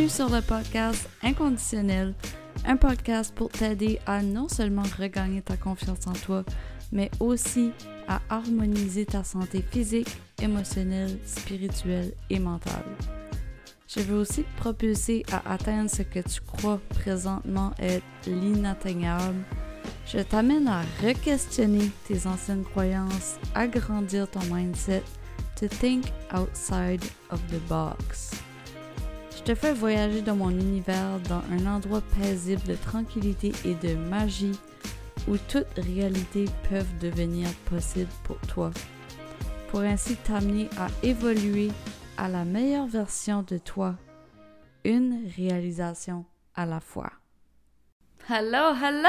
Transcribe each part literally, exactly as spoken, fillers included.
Bienvenue sur le podcast Inconditionnel, un podcast pour t'aider à non seulement regagner ta confiance en toi, mais aussi à harmoniser ta santé physique, émotionnelle, spirituelle et mentale. Je veux aussi te propulser à atteindre ce que tu crois présentement être l'inatteignable. Je t'amène à re-questionner tes anciennes croyances, agrandir ton mindset, to think outside of the box. Je te fais voyager dans mon univers dans un endroit paisible de tranquillité et de magie où toute réalité peut devenir possible pour toi, pour ainsi t'amener à évoluer à la meilleure version de toi, une réalisation à la fois. Hello, hello!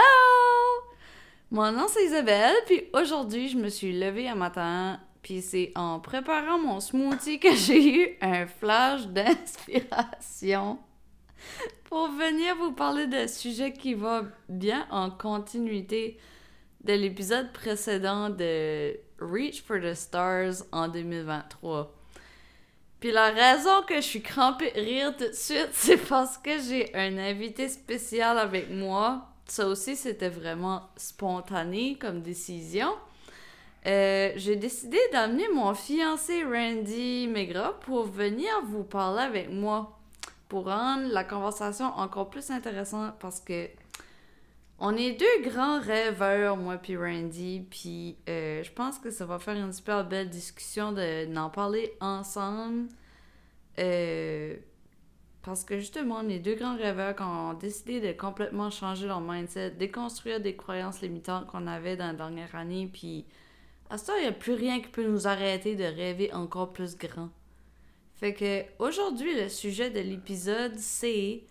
Mon nom c'est Isabelle, puis aujourd'hui je me suis levée un matin, puis c'est en préparant mon smoothie que j'ai eu un flash d'inspiration pour venir vous parler d'un sujet qui va bien en continuité de l'épisode précédent de Reach for the Stars en deux mille vingt-trois. Puis la raison que je suis crampée de rire tout de suite, c'est parce que j'ai un invité spécial avec moi. Ça aussi, c'était vraiment spontané comme décision. Euh, j'ai décidé d'amener mon fiancé Randy Megra pour venir vous parler avec moi, pour rendre la conversation encore plus intéressante parce que on est deux grands rêveurs, moi puis Randy, puis euh, je pense que ça va faire une super belle discussion de, d'en parler ensemble. Euh, parce que justement, on est deux grands rêveurs qui ont décidé de complètement changer leur mindset, déconstruire des croyances limitantes qu'on avait dans la dernière année, puis à ce temps, il n'y a plus rien qui peut nous arrêter de rêver encore plus grand. Fait que aujourd'hui, le sujet de l'épisode, c'est...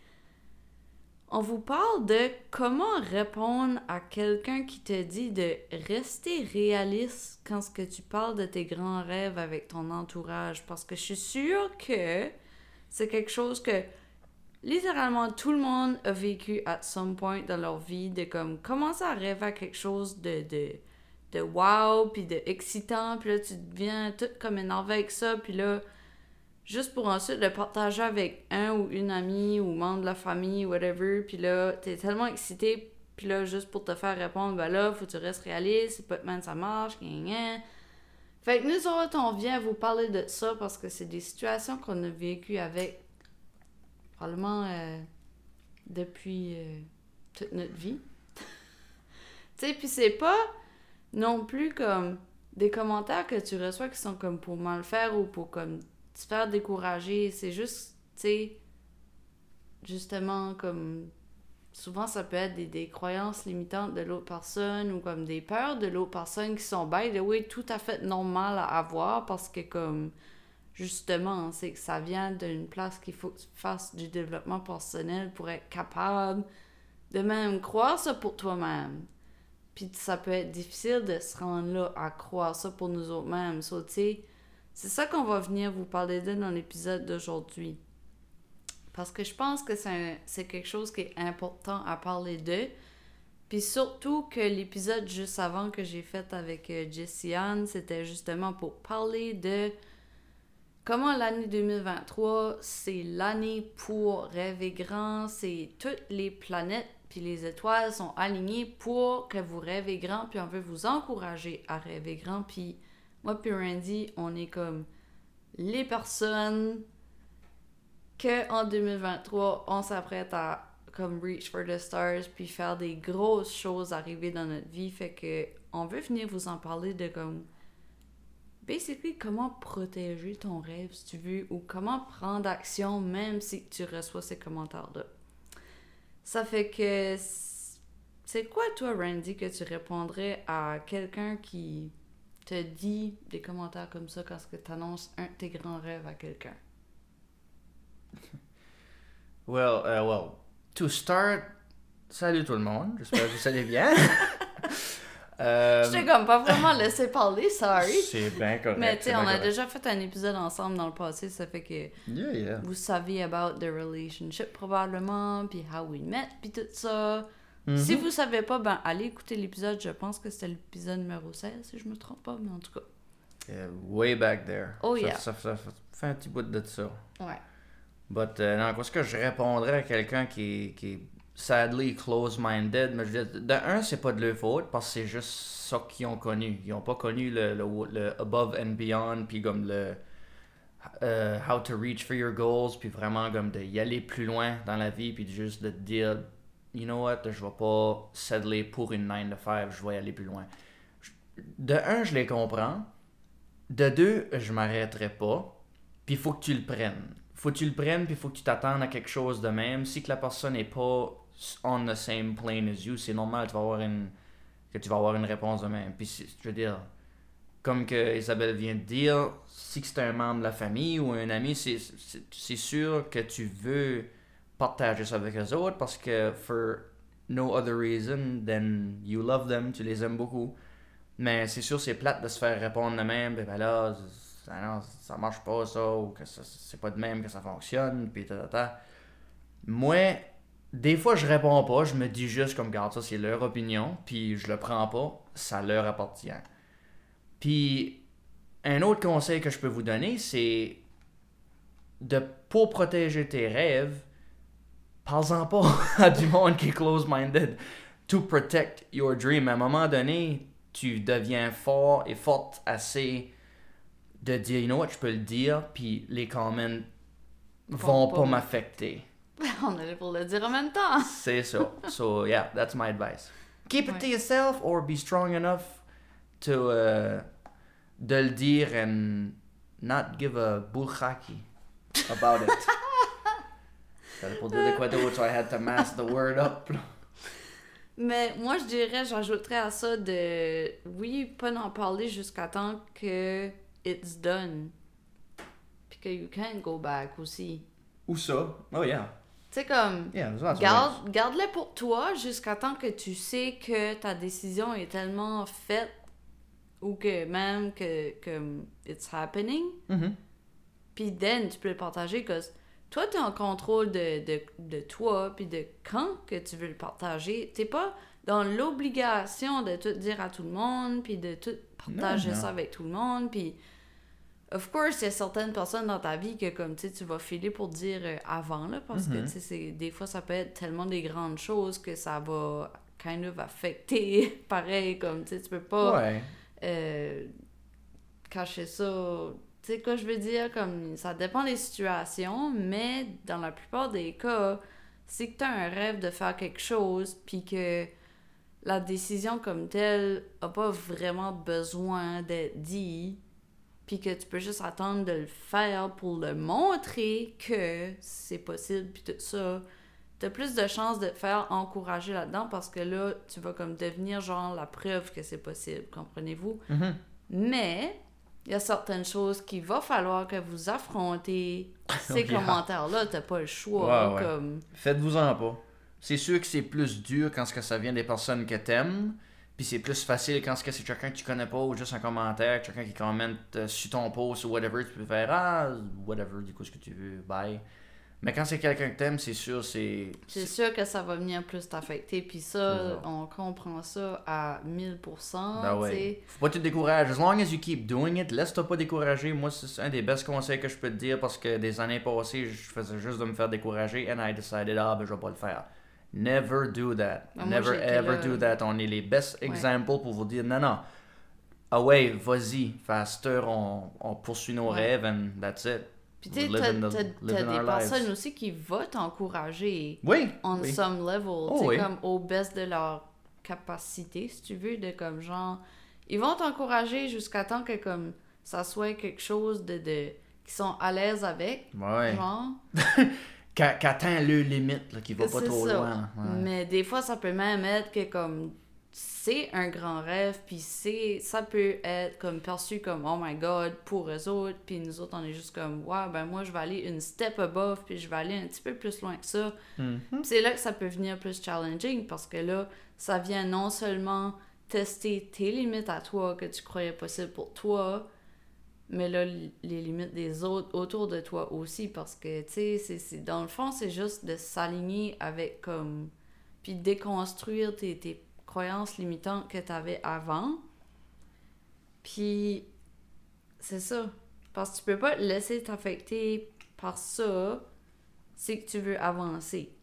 On vous parle de comment répondre à quelqu'un qui te dit de rester réaliste quand ce que tu parles de tes grands rêves avec ton entourage. Parce que je suis sûre que c'est quelque chose que littéralement tout le monde a vécu at some point dans leur vie, de comme commencer à rêver à quelque chose de... de de wow, puis de excitant, puis là, tu deviens tout comme énervé avec ça, puis là, juste pour ensuite le partager avec un ou une amie, ou membre de la famille, whatever, puis là, t'es tellement excité, puis là, juste pour te faire répondre, ben là, faut que tu restes réaliste, c'est pas de ça marche, gna gna. Fait que nous autres, on vient vous parler de ça, parce que c'est des situations qu'on a vécues avec, probablement, euh, depuis euh, toute notre vie. Tu sais, puis c'est pas... non plus comme des commentaires que tu reçois qui sont comme pour mal faire ou pour comme te faire décourager. C'est juste, tu sais, justement comme souvent ça peut être des, des croyances limitantes de l'autre personne ou comme des peurs de l'autre personne qui sont by the way tout à fait normales à avoir parce que comme justement c'est que ça vient d'une place qu'il faut que tu fasses du développement personnel pour être capable de même croire ça pour toi-même. Puis ça peut être difficile de se rendre là à croire ça pour nous autres-mêmes. So, tu sais, c'est ça qu'on va venir vous parler de dans l'épisode d'aujourd'hui. Parce que je pense que c'est, un, c'est quelque chose qui est important à parler de. Puis surtout que l'épisode juste avant que j'ai fait avec euh, Jessie Anne, c'était justement pour parler de comment l'année deux mille vingt-trois, c'est l'année pour rêver grand. C'est toutes les planètes puis les étoiles sont alignées pour que vous rêvez grand, puis on veut vous encourager à rêver grand. Puis moi puis Randy, on est comme les personnes que en deux mille vingt-trois, on s'apprête à comme reach for the stars, puis faire des grosses choses arriver dans notre vie. Fait que on veut venir vous en parler de comme basically comment protéger ton rêve si tu veux, ou comment prendre action même si tu reçois ces commentaires-là. Ça fait que... C'est quoi, toi, Randy, que tu répondrais à quelqu'un qui te dit des commentaires comme ça quand tu annonces un de tes grands rêves à quelqu'un? Well, uh, well, to start, salut tout le monde, j'espère que vous allez bien. euh, Je t'ai comme pas vraiment laissé parler, sorry. C'est bien correct. Mais tu sais, on a correct. déjà fait un épisode ensemble dans le passé, ça fait que yeah, yeah. vous saviez about the relationship probablement, puis how we met, puis tout ça. Mm-hmm. Si vous savez pas, ben allez écouter l'épisode, je pense que c'était l'épisode numéro seize, si je me trompe pas, mais en tout cas. Yeah, way back there. Oh ça, yeah. Ça, ça, ça fait un petit bout de ça. Ouais. But, euh, non, qu'est-ce que je répondrais à quelqu'un qui, est- qui est sadly close-minded? Mais je veux dire, de un, c'est pas de leur faute parce que c'est juste ça qu'ils ont connu. Ils ont pas connu le, le, le above and beyond, puis comme le euh, how to reach for your goals, puis vraiment comme de y aller plus loin dans la vie, puis juste de te dire, you know what, je vais pas settler pour une nine to five, je vais y aller plus loin. De un, je les comprends. De deux, je m'arrêterai pas. Puis il faut que tu le prennes. Faut que tu le prennes, puis il faut que tu t'attendes à quelque chose de même. Si que la personne n'est pas on the same plane as you, c'est normal tu vas avoir une, que tu vas avoir une réponse de même. Puis je veux dire, comme que Isabelle vient de dire, si c'est un membre de la famille ou un ami, c'est, c'est, c'est sûr que tu veux partager ça avec eux autres parce que for no other reason than you love them, tu les aimes beaucoup. Mais c'est sûr, c'est plate de se faire répondre de même, ben là, ça, non, ça marche pas ça, ou que ça, c'est pas de même que ça fonctionne, puis ta, ta, ta. Moi, des fois, je réponds pas, je me dis juste comme, regarde, ça c'est leur opinion, puis je le prends pas, ça leur appartient. Puis, un autre conseil que je peux vous donner, c'est de, pour protéger tes rêves, parle-en pas à du monde qui est close-minded. To protect your dream. À un moment donné, tu deviens fort et forte assez de dire, you know what, je peux le dire, puis les comments vont pas, pas m'affecter. On est là pour le dire en même temps. C'est ça. So, yeah, that's my advice. Keep it ouais. to yourself or be strong enough to uh, de le dire and not give a bullhaki about it. J'allais pour dire de quoi d'autre, so I had to mask the word up. Mais moi, je dirais, j'ajouterais à ça de, oui, pas d'en parler jusqu'à temps que it's done. Puis que you can't go back aussi. Ou ça. Oh yeah. Tu sais, comme, yeah, garde, garde-le pour toi jusqu'à temps que tu sais que ta décision est tellement faite ou que même que, que it's happening. Mm-hmm. Puis then, tu peux le partager parce que toi, t'es en contrôle de, de, de toi, puis de quand que tu veux le partager. T'es pas dans l'obligation de tout dire à tout le monde, puis de tout partager non, non. ça avec tout le monde, puis of course, il y a certaines personnes dans ta vie que comme tu sais, tu vas filer pour dire euh, avant, là, parce mm-hmm. que tu sais, c'est, des fois, ça peut être tellement des grandes choses que ça va kind of affecter, pareil, comme tu sais, tu peux pas ouais. euh, cacher ça. Tu sais quoi je veux dire, comme ça dépend des situations, mais dans la plupart des cas, si tu as un rêve de faire quelque chose, puis que la décision comme telle a pas vraiment besoin d'être dit, puis que tu peux juste attendre de le faire pour le montrer que c'est possible, puis tout ça, t'as plus de chances de te faire encourager là-dedans parce que là, tu vas comme devenir genre la preuve que c'est possible, comprenez-vous? Mm-hmm. Mais il y a certaines choses qu'il va falloir que vous affrontez. Ces yeah. commentaires-là, t'as pas le choix. Ouais, ouais. Comme... Faites-vous-en pas. C'est sûr que c'est plus dur quand ça vient des personnes que t'aimes, puis c'est plus facile quand c'est quelqu'un que tu connais pas ou juste un commentaire, quelqu'un qui commente euh, sur ton post ou whatever, tu peux faire « Ah, whatever, du coup, ce que tu veux, bye ». Mais quand c'est quelqu'un que t'aimes, c'est sûr, c'est... C'est sûr que ça va venir plus t'affecter, puis ça, ça, on comprend ça à mille pour cent, ben ouais. Faut pas te décourager. As long as you keep doing it, laisse-toi pas décourager. Moi, c'est un des best conseils que je peux te dire, parce que des années passées, je faisais juste de me faire décourager, and I decided, ah, ben je vais pas le faire. Never do that. Ben Never ever là... do that. On est les best ouais. examples pour vous dire, non, non. Ah ouais, vas-y, faster, on, on poursuit nos ouais. rêves, and that's it. Puis tu sais, t'as, t'as, t'as des personnes lives. aussi qui vont t'encourager oui, on oui. some level, oh, tu sais, oui. comme au best de leur capacité, si tu veux, de comme genre... Ils vont t'encourager jusqu'à temps que comme ça soit quelque chose de... de qu'ils sont à l'aise avec, ouais. genre... Qu'atteint le limite, là, qui va pas trop ça. loin. Ouais. Mais des fois, ça peut même être que comme... c'est un grand rêve, puis c'est ça peut être comme perçu comme oh my god pour eux autres, puis nous autres on est juste comme ouais ben moi je vais aller une step above, puis je vais aller un petit peu plus loin que ça. Mm-hmm. C'est là que ça peut venir plus challenging parce que là ça vient non seulement tester tes limites à toi que tu croyais possible pour toi, mais là les limites des autres autour de toi aussi, parce que tu sais c'est, c'est dans le fond c'est juste de s'aligner avec comme puis déconstruire tes, tes croyances limitantes que tu avais avant. Puis, c'est ça. Parce que tu peux pas te laisser t'affecter par ça c'est que tu veux avancer.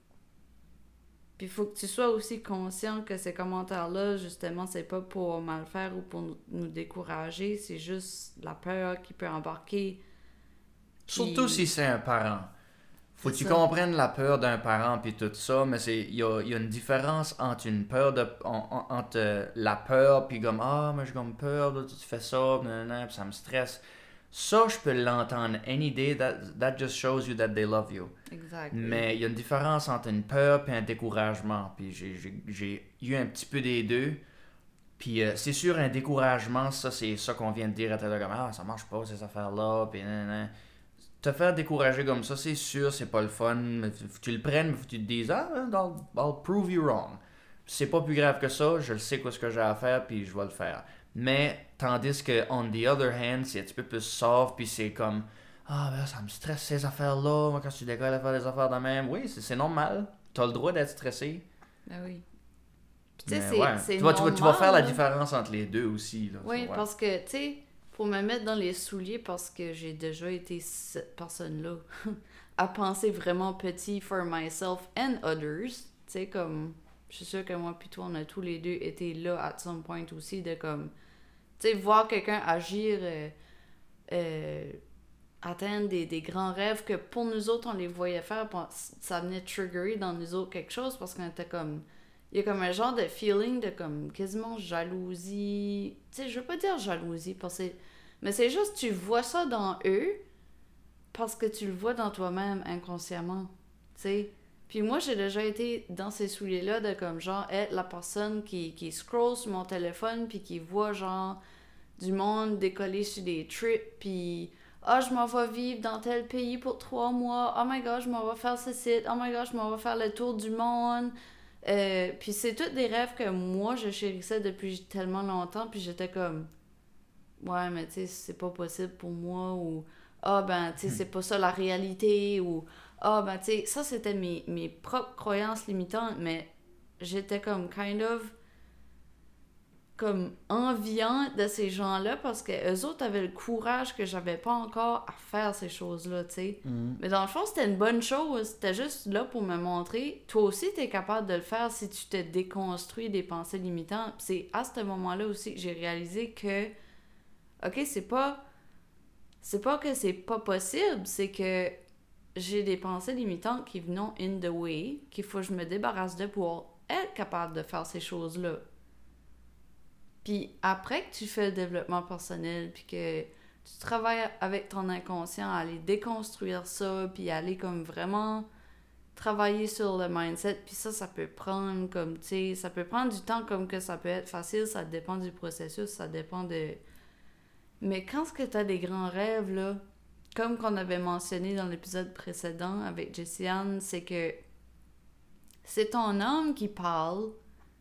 Puis il faut que tu sois aussi conscient que ces commentaires-là, justement, c'est pas pour mal faire ou pour nous, nous décourager, c'est juste la peur qui peut embarquer. Puis... Surtout si c'est un parent. Faut que tu ça. comprennes la peur d'un parent puis tout ça, mais c'est il y a, y a une différence entre une peur de en- en- entre euh, la peur puis comme ah mais j'ai comme peur de tu fais ça, nanana, puis ça me stresse. Ça je peux l'entendre any day, that that just shows you that they love you. Exact. Mais il y a une différence entre une peur et un découragement. Puis j'ai, j'ai, j'ai eu un petit peu des deux. Puis euh, c'est sûr, un découragement, ça, c'est ça qu'on vient de dire à telle comme ah, ça marche pas ces affaires-là. Puis nan, te faire décourager comme ça, c'est sûr, c'est pas le fun. Mais faut que tu le prennes, mais faut que tu te dises ah, I'll, I'll prove you wrong. C'est pas plus grave que ça, je le sais quoi ce que j'ai à faire, puis je vais le faire. Mais tandis que, on the other hand, c'est un petit peu plus soft, puis c'est comme ah, ben ça me stresse ces affaires-là. Moi, quand tu décolles à faire des affaires de même, oui, c'est, c'est normal. T'as le droit d'être stressé. Ben oui. Puis tu sais, Mais c'est, ouais. c'est tu, vas, tu, vas, tu vas faire la là. différence entre les deux aussi. Là, Oui, ouais. parce que, tu sais, pour me mettre dans les souliers, parce que j'ai déjà été cette personne-là, à penser vraiment petit for myself and others. Tu sais, comme, je suis sûre que moi puis toi, on a tous les deux été là at some point aussi, de comme, tu sais, voir quelqu'un agir, euh, euh, atteindre des, des grands rêves que pour nous autres, on les voyait faire, ça venait triggerer dans nous autres quelque chose, parce qu'on était comme... Il y a comme un genre de feeling de comme quasiment jalousie. Tu sais, je veux pas dire jalousie, parce que... mais c'est juste tu vois ça dans eux parce que tu le vois dans toi-même inconsciemment. Tu sais. Puis moi, j'ai déjà été dans ces souliers-là de comme genre être la personne qui, qui scroll sur mon téléphone puis qui voit genre du monde décoller sur des trips puis ah, oh, je m'en vais vivre dans tel pays pour trois mois. Oh my god, je m'en vais faire ce site. Oh my god, je m'en vais faire le tour du monde. Euh, puis c'est tous des rêves que moi je chérissais depuis tellement longtemps, puis j'étais comme ouais mais tu sais c'est pas possible pour moi, ou ah ben tu sais c'est pas ça la réalité, ou ah ben tu sais ça c'était mes, mes propres croyances limitantes, mais j'étais comme kind of comme enviante de ces gens-là parce que eux autres avaient le courage que j'avais pas encore à faire ces choses-là, tu sais. Mm. Mais dans le fond, c'était une bonne chose. C'était juste là pour me montrer, toi aussi, t'es capable de le faire si tu te déconstruis des pensées limitantes. Puis c'est à ce moment-là aussi que j'ai réalisé que, ok, c'est pas... C'est pas que c'est pas possible, c'est que j'ai des pensées limitantes qui viennent in the way, qu'il faut que je me débarrasse de pour être capable de faire ces choses-là. Puis après que tu fais le développement personnel, puis que tu travailles avec ton inconscient à aller déconstruire ça, puis aller comme vraiment travailler sur le mindset, puis ça, ça peut prendre comme, tu sais, ça peut prendre du temps comme que ça peut être facile, ça dépend du processus, ça dépend de... Mais quand ce que tu as des grands rêves, là, comme qu'on avait mentionné dans l'épisode précédent avec Jessiane, c'est que c'est ton âme qui parle.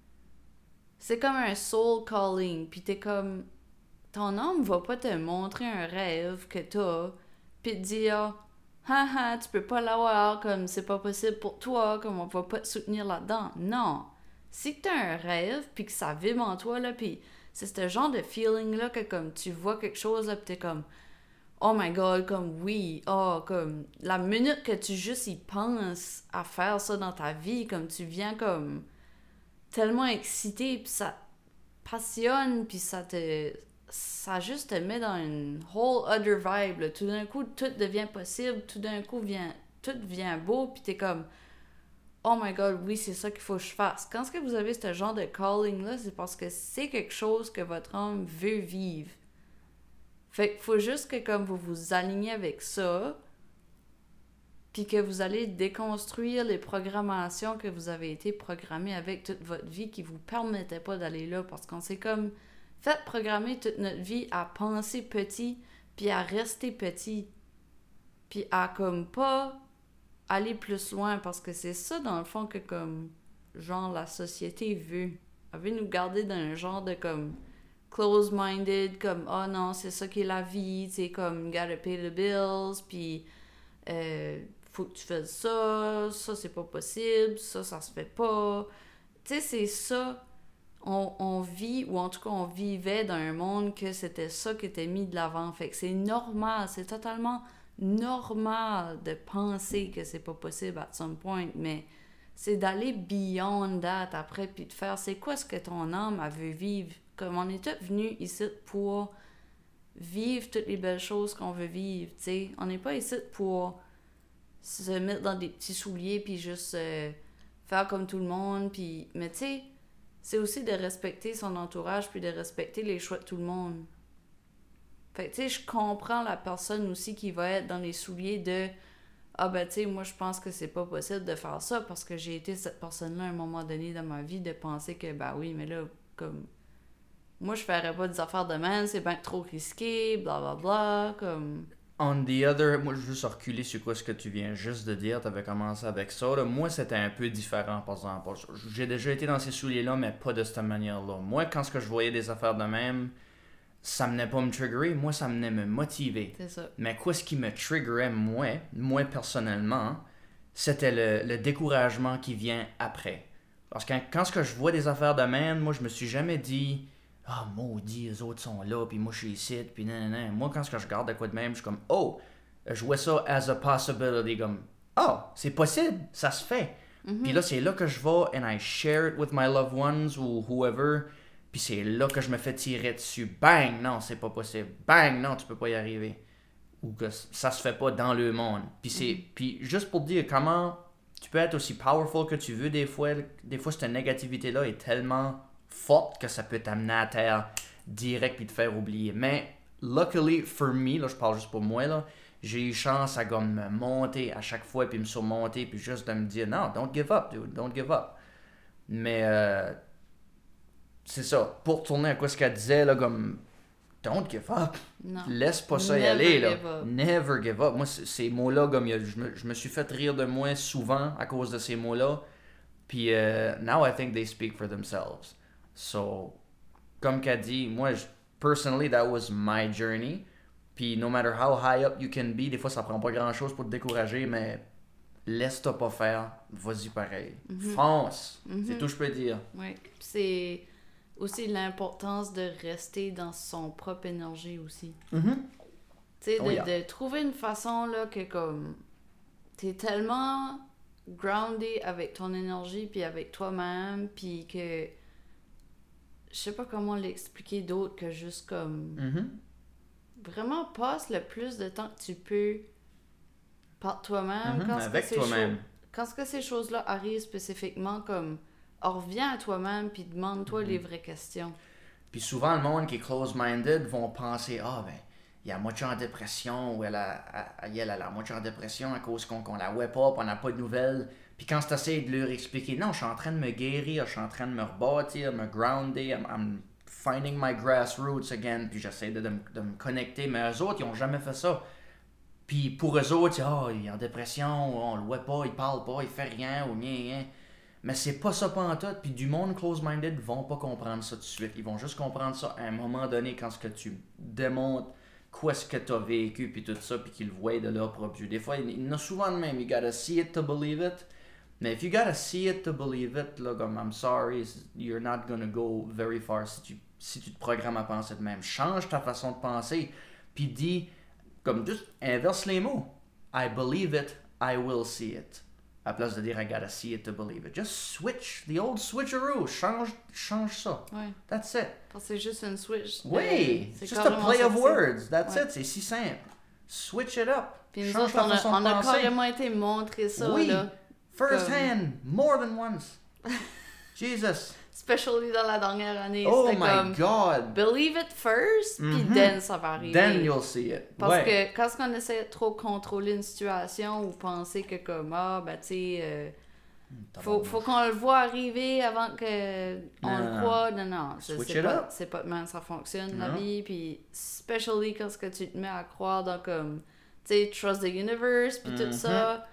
C'est comme un soul calling, puis t'es comme... Ton âme va pas te montrer un rêve que t'as, puis te dire « Haha, tu peux pas l'avoir, comme c'est pas possible pour toi, comme on va pas te soutenir là-dedans. » Non! Si t'as un rêve, puis que ça vibre en toi, là, puis c'est ce genre de feeling-là que comme tu vois quelque chose, là, puis t'es comme « Oh my God, comme oui, oh, comme... » La minute que tu juste y penses à faire ça dans ta vie, comme tu viens comme... tellement excité, puis ça passionne, puis ça te... ça juste te met dans une whole other vibe, là. Tout d'un coup, tout devient possible, tout d'un coup, vient... tout devient beau, puis t'es comme « Oh my God, oui, c'est ça qu'il faut que je fasse. » Quand est-ce que vous avez ce genre de calling-là, c'est parce que c'est quelque chose que votre âme veut vivre. Fait qu'il faut juste que comme vous vous alignez avec ça, puis que vous allez déconstruire les programmations que vous avez été programmées avec toute votre vie qui vous permettaient pas d'aller là, parce qu'on s'est comme fait programmer toute notre vie à penser petit, puis à rester petit, puis à comme pas aller plus loin, parce que c'est ça dans le fond que comme genre la société veut. Elle veut nous garder dans un genre de comme close-minded, comme « Oh non, c'est ça qui est la vie, c'est comme you gotta pay the bills, puis euh, faut que tu fasses ça, ça c'est pas possible, ça ça se fait pas. » Tu sais, c'est ça. On, on vit, ou en tout cas on vivait dans un monde que c'était ça qui était mis de l'avant. Fait que c'est normal, c'est totalement normal de penser que c'est pas possible at some point, mais c'est d'aller beyond that après, puis de faire c'est quoi ce que ton âme elle veut vivre. Comme on est tous venus ici pour vivre toutes les belles choses qu'on veut vivre, tu sais. On n'est pas ici pour se mettre dans des petits souliers puis juste euh, faire comme tout le monde, puis mais tu sais, c'est aussi de respecter son entourage puis de respecter les choix de tout le monde. Fait que tu sais, je comprends la personne aussi qui va être dans les souliers de ah ben tu sais, moi je pense que c'est pas possible de faire ça parce que j'ai été cette personne-là à un moment donné dans ma vie de penser que ben oui, mais là, comme moi je ferais pas des affaires de même, c'est bien trop risqué, bla bla bla, comme... On the other, moi je veux juste reculer sur quoi ce que tu viens juste de dire, t'avais commencé avec ça, là. Moi c'était un peu différent par exemple. J'ai déjà été dans ces souliers-là, mais pas de cette manière-là. Moi quand ce que je voyais des affaires de même, ça venait pas me triggerer, moi ça venait me motiver. C'est ça. Mais quoi ce qui me triggerait moi, moi personnellement, c'était le, le découragement qui vient après. Parce que quand, quand ce que je vois des affaires de même, moi je me suis jamais dit ah, oh, maudit, les autres sont là, puis moi je suis ici, puis nan, nan, nan. Moi, quand je regarde de quoi de même, je suis comme, oh, je vois ça as a possibility, comme, oh, c'est possible, ça se fait. Mm-hmm. Puis là, c'est là que je vais, and I share it with my loved ones ou whoever, puis c'est là que je me fais tirer dessus. Bang, non, c'est pas possible. Bang, non, tu peux pas y arriver. Ou que ça se fait pas dans le monde. Puis c'est, mm-hmm. puis juste pour te dire comment tu peux être aussi powerful que tu veux, des fois, des fois cette négativité-là est tellement forte que ça peut t'amener à terre direct puis te faire oublier. Mais luckily for me, là je parle juste pour moi, là, j'ai eu chance à comme me monter à chaque fois puis me surmonter puis juste de me dire non, don't give up, dude, don't give up. Mais euh, c'est ça, pour tourner à quoi ce qu'elle disait là, comme don't give up. Non. Laisse pas ça y aller là. Never give up. Moi ces mots-là, comme je me, je me suis fait rire de moi souvent à cause de ces mots-là. Puis uh, now I think they speak for themselves. So, comme qu'a dit, moi, je, personally, that was my journey. Puis, no matter how high up you can be, des fois, ça prend pas grand-chose pour te décourager, mais laisse-toi pas faire, vas-y pareil. Mm-hmm. Fonce! Mm-hmm. C'est tout que je peux dire. Oui, c'est aussi l'importance de rester dans son propre énergie aussi. Mm-hmm. Tu sais, de, oh, yeah. de trouver une façon, là, que comme, t'es tellement grounded avec ton énergie, puis avec toi-même, puis que je sais pas comment l'expliquer d'autre que juste comme mm-hmm. vraiment passe le plus de temps que tu peux par toi-même mm-hmm. quand avec toi-même cho- quand ce que ces choses-là arrivent spécifiquement, comme reviens à toi-même puis demande-toi mm-hmm. les vraies questions. Puis souvent le monde qui est close-minded vont penser ah ben il y a moitié en dépression ou elle a, elle, elle a la moitié en dépression à cause qu'on, qu'on la web up, on n'a pas de nouvelles. Puis quand tu essaies de leur expliquer, non, je suis en train de me guérir, je suis en train de me rebâtir, me grounder, I'm, I'm finding my grassroots again, puis j'essaie de, de, de me connecter. Mais eux autres, ils n'ont jamais fait ça. Puis pour eux autres, oh, il est en dépression, on le voit pas, il parle pas, il fait rien, ou rien, rien. Mais c'est pas ça pantoute. Puis du monde close-minded vont pas comprendre ça tout de suite. Ils vont juste comprendre ça à un moment donné quand ce que tu démontres quoi est-ce que tu as vécu, puis tout ça, puis qu'ils le voient de leur propre yeux. Des fois, il y en a souvent de même. You gotta see it to believe it. Mais if you gotta see it to believe it, là, comme I'm sorry, you're not gonna go very far si tu, si tu te programmes à penser de même. Change ta façon de penser, puis dis, comme juste inverse les mots. I believe it, I will see it. À la place de dire I gotta see it to believe it. Just switch, the old switcheroo. Change, change ça. Ouais. That's it. Parce que c'est juste une switch. De... Oui, c'est just a play of words. That's ouais. it, c'est si simple. Switch it up. Puis nous autres, on, a, on a carrément été montré ça, oui. là. First hand, more than once. Jesus. Especially dans la dernière année. Oh c'était my comme, God. Believe it first, mm-hmm. puis then ça va arriver. Then you'll see it. Parce ouais. que quand on essaie de trop contrôler une situation ou penser que comme, ah, ben tu sais, euh, faut, faut qu'on le voit arriver avant que on non, le non, croit. Non, non, c'est, Switch c'est, it pas, up. c'est pas de même ça fonctionne, non. la vie. Puis, especially quand ce que tu te mets à croire dans comme, tu sais, trust the universe, puis mm-hmm. tout ça.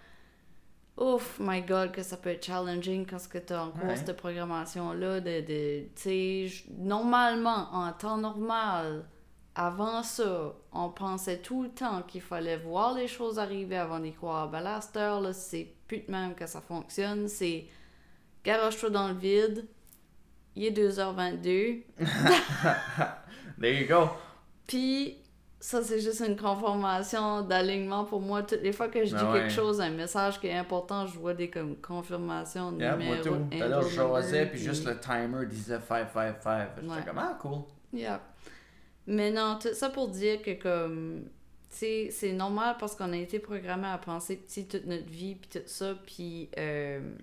Ouf, my God, que ça peut être challenging quand tu as en cours ouais. cette programmation-là. De, de, tu sais, normalement, en temps normal, avant ça, on pensait tout le temps qu'il fallait voir les choses arriver avant d'y croire. Ben là, à cette heure-là, c'est plus de même que ça fonctionne. C'est garoche-toi dans le vide. Il est deux heures vingt-deux. There you go. Puis, ça, c'est juste une conformation d'alignement pour moi. Toutes les fois que je dis ah ouais. quelque chose, un message qui est important, je vois des comme confirmations de Yeah, numéros. moi tout. Tout à l'heure, je jasais, puis juste le timer disait cinq cinq cinq. J'étais Ouais. comme, ah, cool. Yeah. Mais non, tout ça pour dire que comme... Tu sais, c'est normal parce qu'on a été programmé à penser petit toute notre vie, puis tout ça, puis... Euh,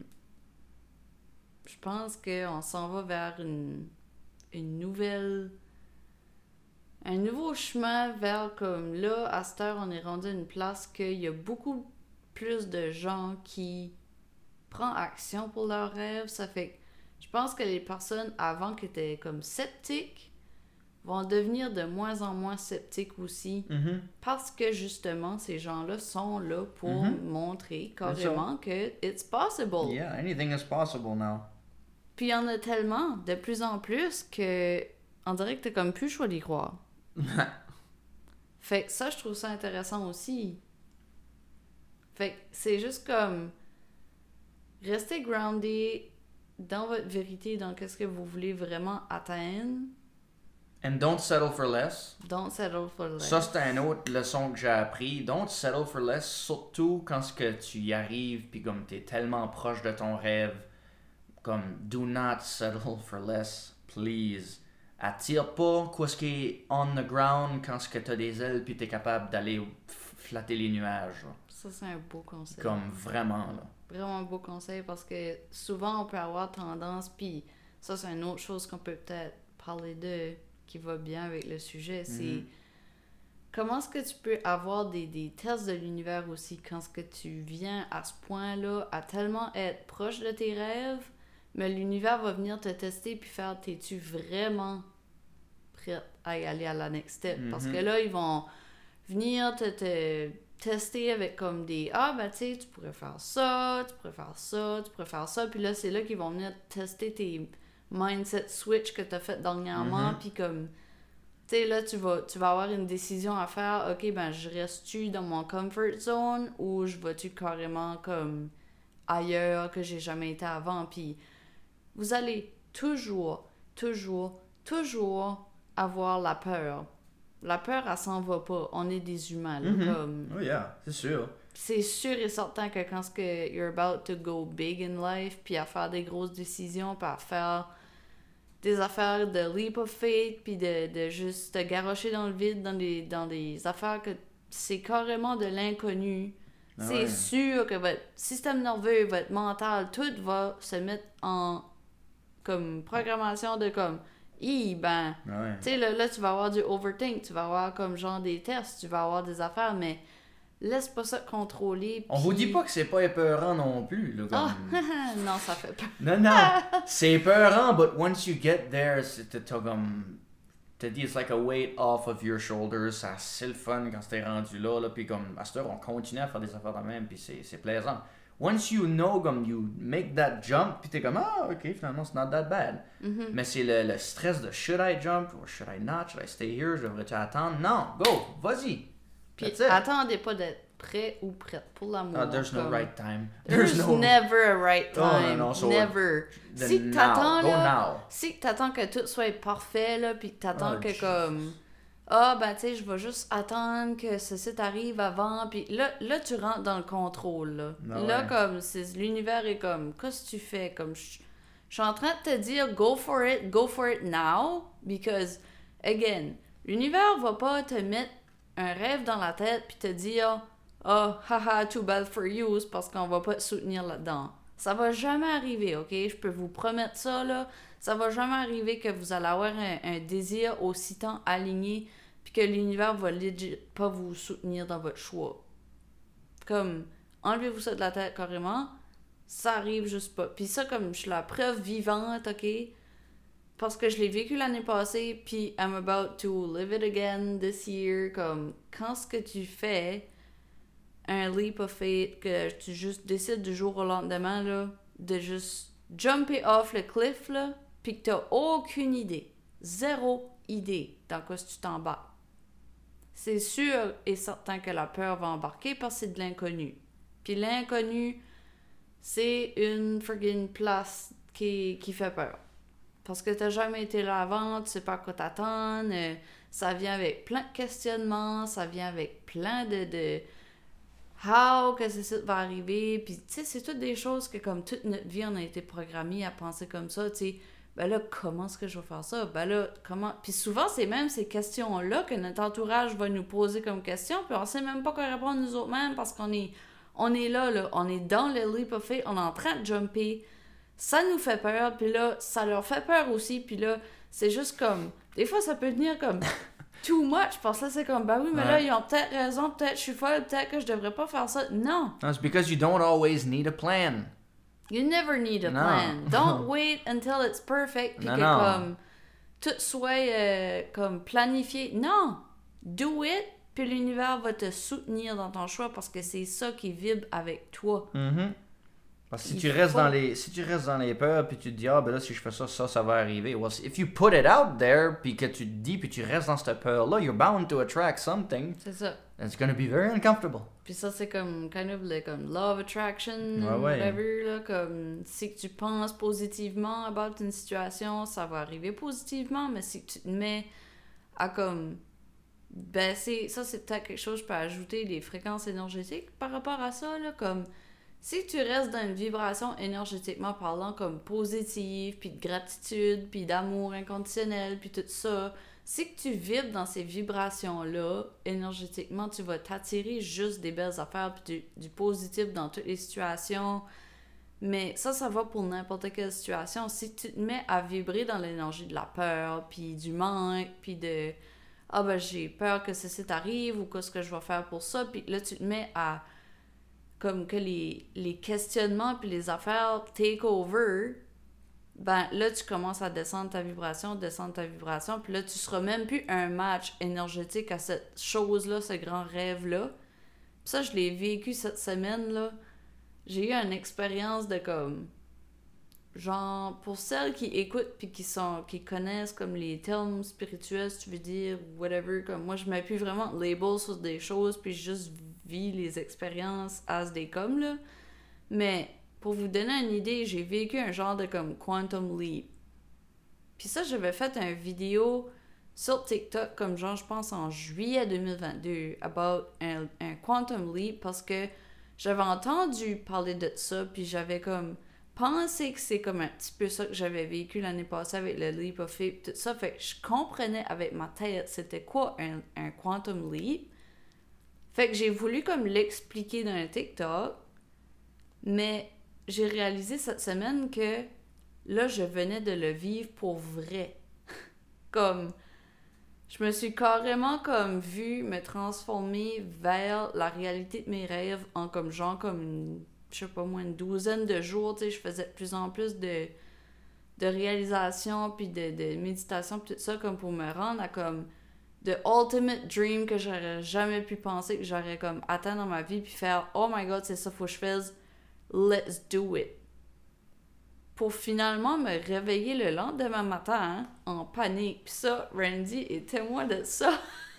je pense qu'on s'en va vers une, une nouvelle... Un nouveau chemin vers comme là, à cette heure, on est rendu à une place qu'il y a beaucoup plus de gens qui prennent action pour leurs rêves. Ça fait que je pense que les personnes avant qui étaient comme sceptiques vont devenir de moins en moins sceptiques aussi. Mm-hmm. Parce que justement, ces gens-là sont là pour Mm-hmm. montrer carrément que it's possible. Yeah, anything is possible now. Puis il y en a tellement, de plus en plus, que on dirait que t'as comme plus le choix d'y croire. Fait que ça, je trouve ça intéressant aussi. Fait que c'est juste comme rester grounded dans votre vérité, dans qu'est-ce que vous voulez vraiment atteindre. And don't settle for less. Don't settle for less. Ça, c'était une autre leçon que j'ai appris. Don't settle for less, surtout quand ce que tu y arrives, puis comme t'es tellement proche de ton rêve. Comme, do not settle for less, please. Attire pas quoi ce qui est on the ground quand ce que t'as des ailes puis t'es capable d'aller flatter les nuages. Là. Ça, c'est un beau conseil. Comme vraiment, là. Vraiment un beau conseil parce que souvent, on peut avoir tendance, puis ça, c'est une autre chose qu'on peut peut-être parler de, qui va bien avec le sujet, c'est Mm-hmm. comment est-ce que tu peux avoir des, des tests de l'univers aussi quand est-ce que tu viens à ce point-là à tellement être proche de tes rêves, mais l'univers va venir te tester puis faire « T'es-tu vraiment prête à y aller à la next step? Mm-hmm. » Parce que là, ils vont venir te, te tester avec comme des « Ah, ben tu sais, tu pourrais faire ça, tu pourrais faire ça, tu pourrais faire ça. » Puis là, c'est là qu'ils vont venir tester tes mindset switch que tu as fait dernièrement. Mm-hmm. Puis comme, tu sais, là, tu vas, tu vas avoir une décision à faire. « Ok, ben je reste-tu dans mon comfort zone ou je vais-tu carrément comme ailleurs que j'ai jamais été avant? » Puis vous allez toujours, toujours, toujours avoir la peur. La peur, elle s'en va pas. On est des humains, là, Mm-hmm. comme... Oh yeah, c'est sûr. C'est sûr et certain que quand que you're about to go big in life, puis à faire des grosses décisions, puis à faire des affaires de leap of faith, puis de, de juste te garrocher dans le vide dans des, dans des affaires que c'est carrément de l'inconnu. Ah c'est ouais. sûr que votre système nerveux, votre mental, tout va se mettre en comme programmation de comme Hi, ben, Ah ouais. tu sais, là, là, tu vas avoir du overthink, tu vas avoir comme genre des tests, tu vas avoir des affaires, mais laisse pas ça te contrôler. On pis... vous dit pas que c'est pas épeurant non plus. Là, Ah, comme... non, ça fait peur. non, non, c'est épeurant, but once you get there, c'est t'as comme... T'as dit, it's like a weight off of your shoulders. Ça, c'est le fun quand t'es rendu là, là. Puis comme, à cette heure, on continue à faire des affaires de même, puis c'est, c'est plaisant. Once you know, comme, you make that jump, puis t'es comme, ah, ok, finalement, it's not that bad. Mm-hmm. Mais c'est le, le stress de should I jump or should I not? Should I stay here? Je devrais-tu attendre? Non, go, vas-y. Puis That's it. attendez pas d'être prêt ou prête pour l'amour. Ah, there's no comme... right time. There's, no... never a right Oh, non, time. non, so- never. Then Si now, t'attends, go là, now. si t'attends que tout soit parfait, là, puis que t'attends Oh, que Jesus. comme... Ah, ben, tu sais, je vais juste attendre que ceci t'arrive avant. Puis là, là, tu rentres dans le contrôle, là. Ah là, ouais. comme, c'est, l'univers est comme, qu'est-ce que tu fais? Comme, je je suis en train de te dire, go for it, go for it now. Because, again, l'univers va pas te mettre un rêve dans la tête puis te dire, oh, haha, too bad for you, c'est parce qu'on va pas te soutenir là-dedans. Ça va jamais arriver, ok? Je peux vous promettre ça, là. Ça va jamais arriver que vous allez avoir un, un désir aussi tant aligné puis que l'univers va legit pas vous soutenir dans votre choix. Comme, enlevez-vous ça de la tête carrément, ça arrive juste pas. Puis ça, comme, je suis la preuve vivante, ok? Parce que je l'ai vécu l'année passée, puis I'm about to live it again this year. Comme, quand ce que tu fais, un leap of faith, que tu juste décides du jour au lendemain, là, de juste jumper off le cliff, là, puis que t'as aucune idée, zéro idée dans quoi tu t'embarques. C'est sûr et certain que la peur va embarquer parce que c'est de l'inconnu. Puis l'inconnu, c'est une friggin' place qui, qui fait peur. Parce que t'as jamais été là avant, tu sais pas à quoi t'attendre, euh, ça vient avec plein de questionnements, ça vient avec plein de... de how que ça va arriver, puis tu sais, c'est toutes des choses que comme toute notre vie, on a été programmé à penser comme ça, tu sais, ben là, comment est-ce que je vais faire ça? Ben là, comment... Puis souvent, c'est même ces questions-là que notre entourage va nous poser comme question, puis on sait même pas quoi répondre nous autres mêmes, parce qu'on est, on est là, là, on est dans le leap of faith, on est en train de jumper, ça nous fait peur, puis là, ça leur fait peur aussi, puis là, c'est juste comme... Des fois, ça peut venir comme... too much, parce que là, c'est comme, ben oui, mais ouais. là, ils ont peut-être raison, peut-être je suis folle, peut-être que je devrais pas faire ça. Non. No, it's because you don't always need a plan. You never need a no. plan. Don't wait until it's perfect, puis non, que non. comme, tout soit euh, comme planifié. Non. Do it, puis l'univers va te soutenir dans ton choix, parce que c'est ça qui vibre avec toi. Mm-hmm. Parce que si Il tu, restes faut... dans les, si tu restes dans les peurs, puis tu te dis, ah, ben là, si je fais ça, ça, ça va arriver. Well, if you put it out there, puis que tu te dis, puis tu restes dans cette peur-là, you're bound to attract something. C'est ça. And it's gonna be very uncomfortable. Puis ça, c'est comme, kind of, like, comme law of attraction, ouais, ouais. whatever, là, comme, si tu penses positivement about une situation, ça va arriver positivement, mais si tu te mets à, comme, baisser, ça, c'est peut-être quelque chose, je peux ajouter les fréquences énergétiques par rapport à ça, là, comme... Si tu restes dans une vibration énergétiquement parlant comme positive, puis de gratitude, puis d'amour inconditionnel, puis tout ça, si que tu vibres dans ces vibrations-là, énergétiquement, tu vas t'attirer juste des belles affaires, puis du, du positif dans toutes les situations. Mais ça, ça va pour n'importe quelle situation. Si tu te mets à vibrer dans l'énergie de la peur, puis du manque, puis de « Ah ben j'ai peur que ceci t'arrive » ou « Qu'est-ce que je vais faire pour ça », puis là, tu te mets à... comme que les, les questionnements puis les affaires take over, ben là, tu commences à descendre ta vibration, descendre ta vibration, puis là, tu seras même plus un match énergétique à cette chose-là, ce grand rêve-là. Puis ça, je l'ai vécu cette semaine-là. J'ai eu une expérience de comme... Genre, pour celles qui écoutent puis qui sont qui connaissent comme les termes spirituels, si tu veux dire, whatever, comme moi, je mets plus vraiment de labels sur des choses, puis juste vis les expériences as they come, là. Mais, pour vous donner une idée, j'ai vécu un genre de comme quantum leap. Puis ça, j'avais fait une vidéo sur TikTok, comme genre, je pense en juillet deux mille vingt-deux, about un, un quantum leap, parce que j'avais entendu parler de ça, puis j'avais comme pensé que c'est comme un petit peu ça que j'avais vécu l'année passée avec le leap of faith, tout ça. Fait que je comprenais avec ma tête c'était quoi un, un quantum leap. Fait que j'ai voulu comme l'expliquer dans un TikTok, mais j'ai réalisé cette semaine que là, je venais de le vivre pour vrai. Comme, je me suis carrément comme vue me transformer vers la réalité de mes rêves en comme genre comme une, je sais pas moi, une douzaine de jours, tu sais, je faisais de plus en plus de, de réalisation puis de, de méditation puis tout ça comme pour me rendre à comme the ultimate dream que j'aurais jamais pu penser que j'aurais comme atteint dans ma vie puis faire oh my god c'est ça faut que je fasse, let's do it, pour finalement me réveiller le lendemain matin hein, en panique. Puis ça, Randy est témoin de ça.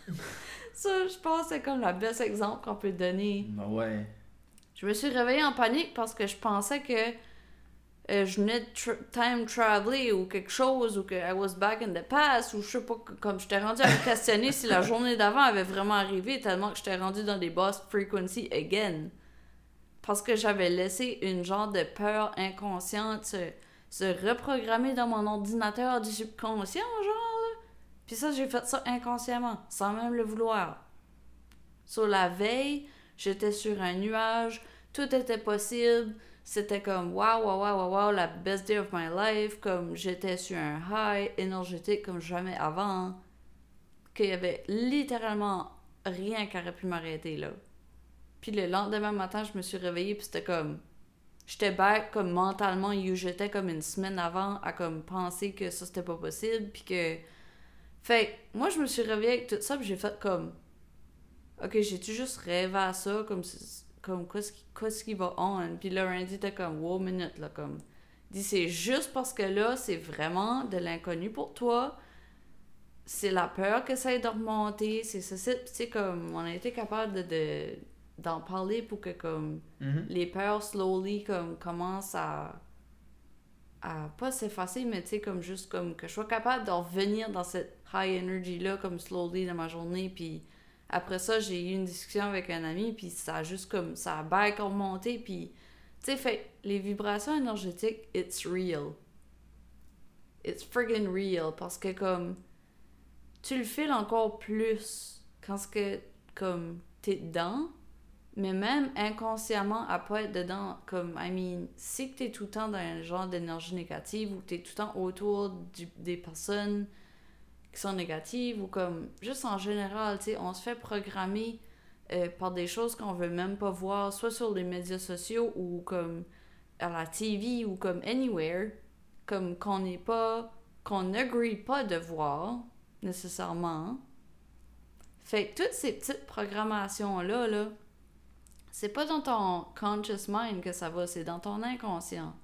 Ça, je pense c'est comme le best exemple qu'on peut donner. Ben ouais. Je me suis réveillée en panique parce que je pensais que Euh, je venais de tra- time traveler ou quelque chose, ou que I was back in the past, ou je sais pas, comme j'étais rendue à me questionner si la journée d'avant avait vraiment arrivé, tellement que j'étais rendue dans des boss frequency again. Parce que j'avais laissé une genre de peur inconsciente se, se reprogrammer dans mon ordinateur du subconscient, genre, là. Puis ça, j'ai fait ça inconsciemment, sans même le vouloir. Sur la veille, j'étais sur un nuage, tout était possible. C'était comme wow, wow, wow, wow, wow, la best day of my life, comme j'étais sur un high énergétique comme jamais avant, qu'il y avait littéralement rien qui aurait pu m'arrêter là. Puis le lendemain matin, je me suis réveillée, puis c'était comme, j'étais back comme mentalement, où j'étais comme une semaine avant à comme penser que ça c'était pas possible, puis que, fait, moi je me suis réveillée avec tout ça, puis j'ai fait comme, ok, j'ai-tu juste rêvé à ça, comme comme qu'est-ce qui, qu'est-ce qui va on, puis là Randy était comme wow minute là, comme dit c'est juste parce que là c'est vraiment de l'inconnu pour toi, c'est la peur que ça ait de remonter, c'est ça, c'est, tu sais, comme on a été capable de, de d'en parler pour que comme mm-hmm. les peurs slowly comme commencent à à pas s'effacer, mais tu sais, comme juste comme que je sois capable de revenir dans cette high energy-là, comme slowly dans ma journée, puis après ça, j'ai eu une discussion avec un ami, puis ça a juste comme, ça a back remonté, puis tu sais, fait, les vibrations énergétiques, it's real. It's friggin' real, parce que comme, tu le files encore plus quand ce que, comme, t'es dedans, mais même inconsciemment, à pas être dedans, comme, I mean, si que t'es tout le temps dans un genre d'énergie négative, ou t'es tout le temps autour du, des personnes qui sont négatives, ou comme, juste en général, tu sais, on se fait programmer euh, par des choses qu'on veut même pas voir, soit sur les médias sociaux, ou comme, à la T V, ou comme, anywhere, comme, qu'on n'est pas, qu'on n'agree pas de voir, nécessairement. Fait que toutes ces petites programmations-là, là, c'est pas dans ton conscious mind que ça va, c'est dans ton inconscient.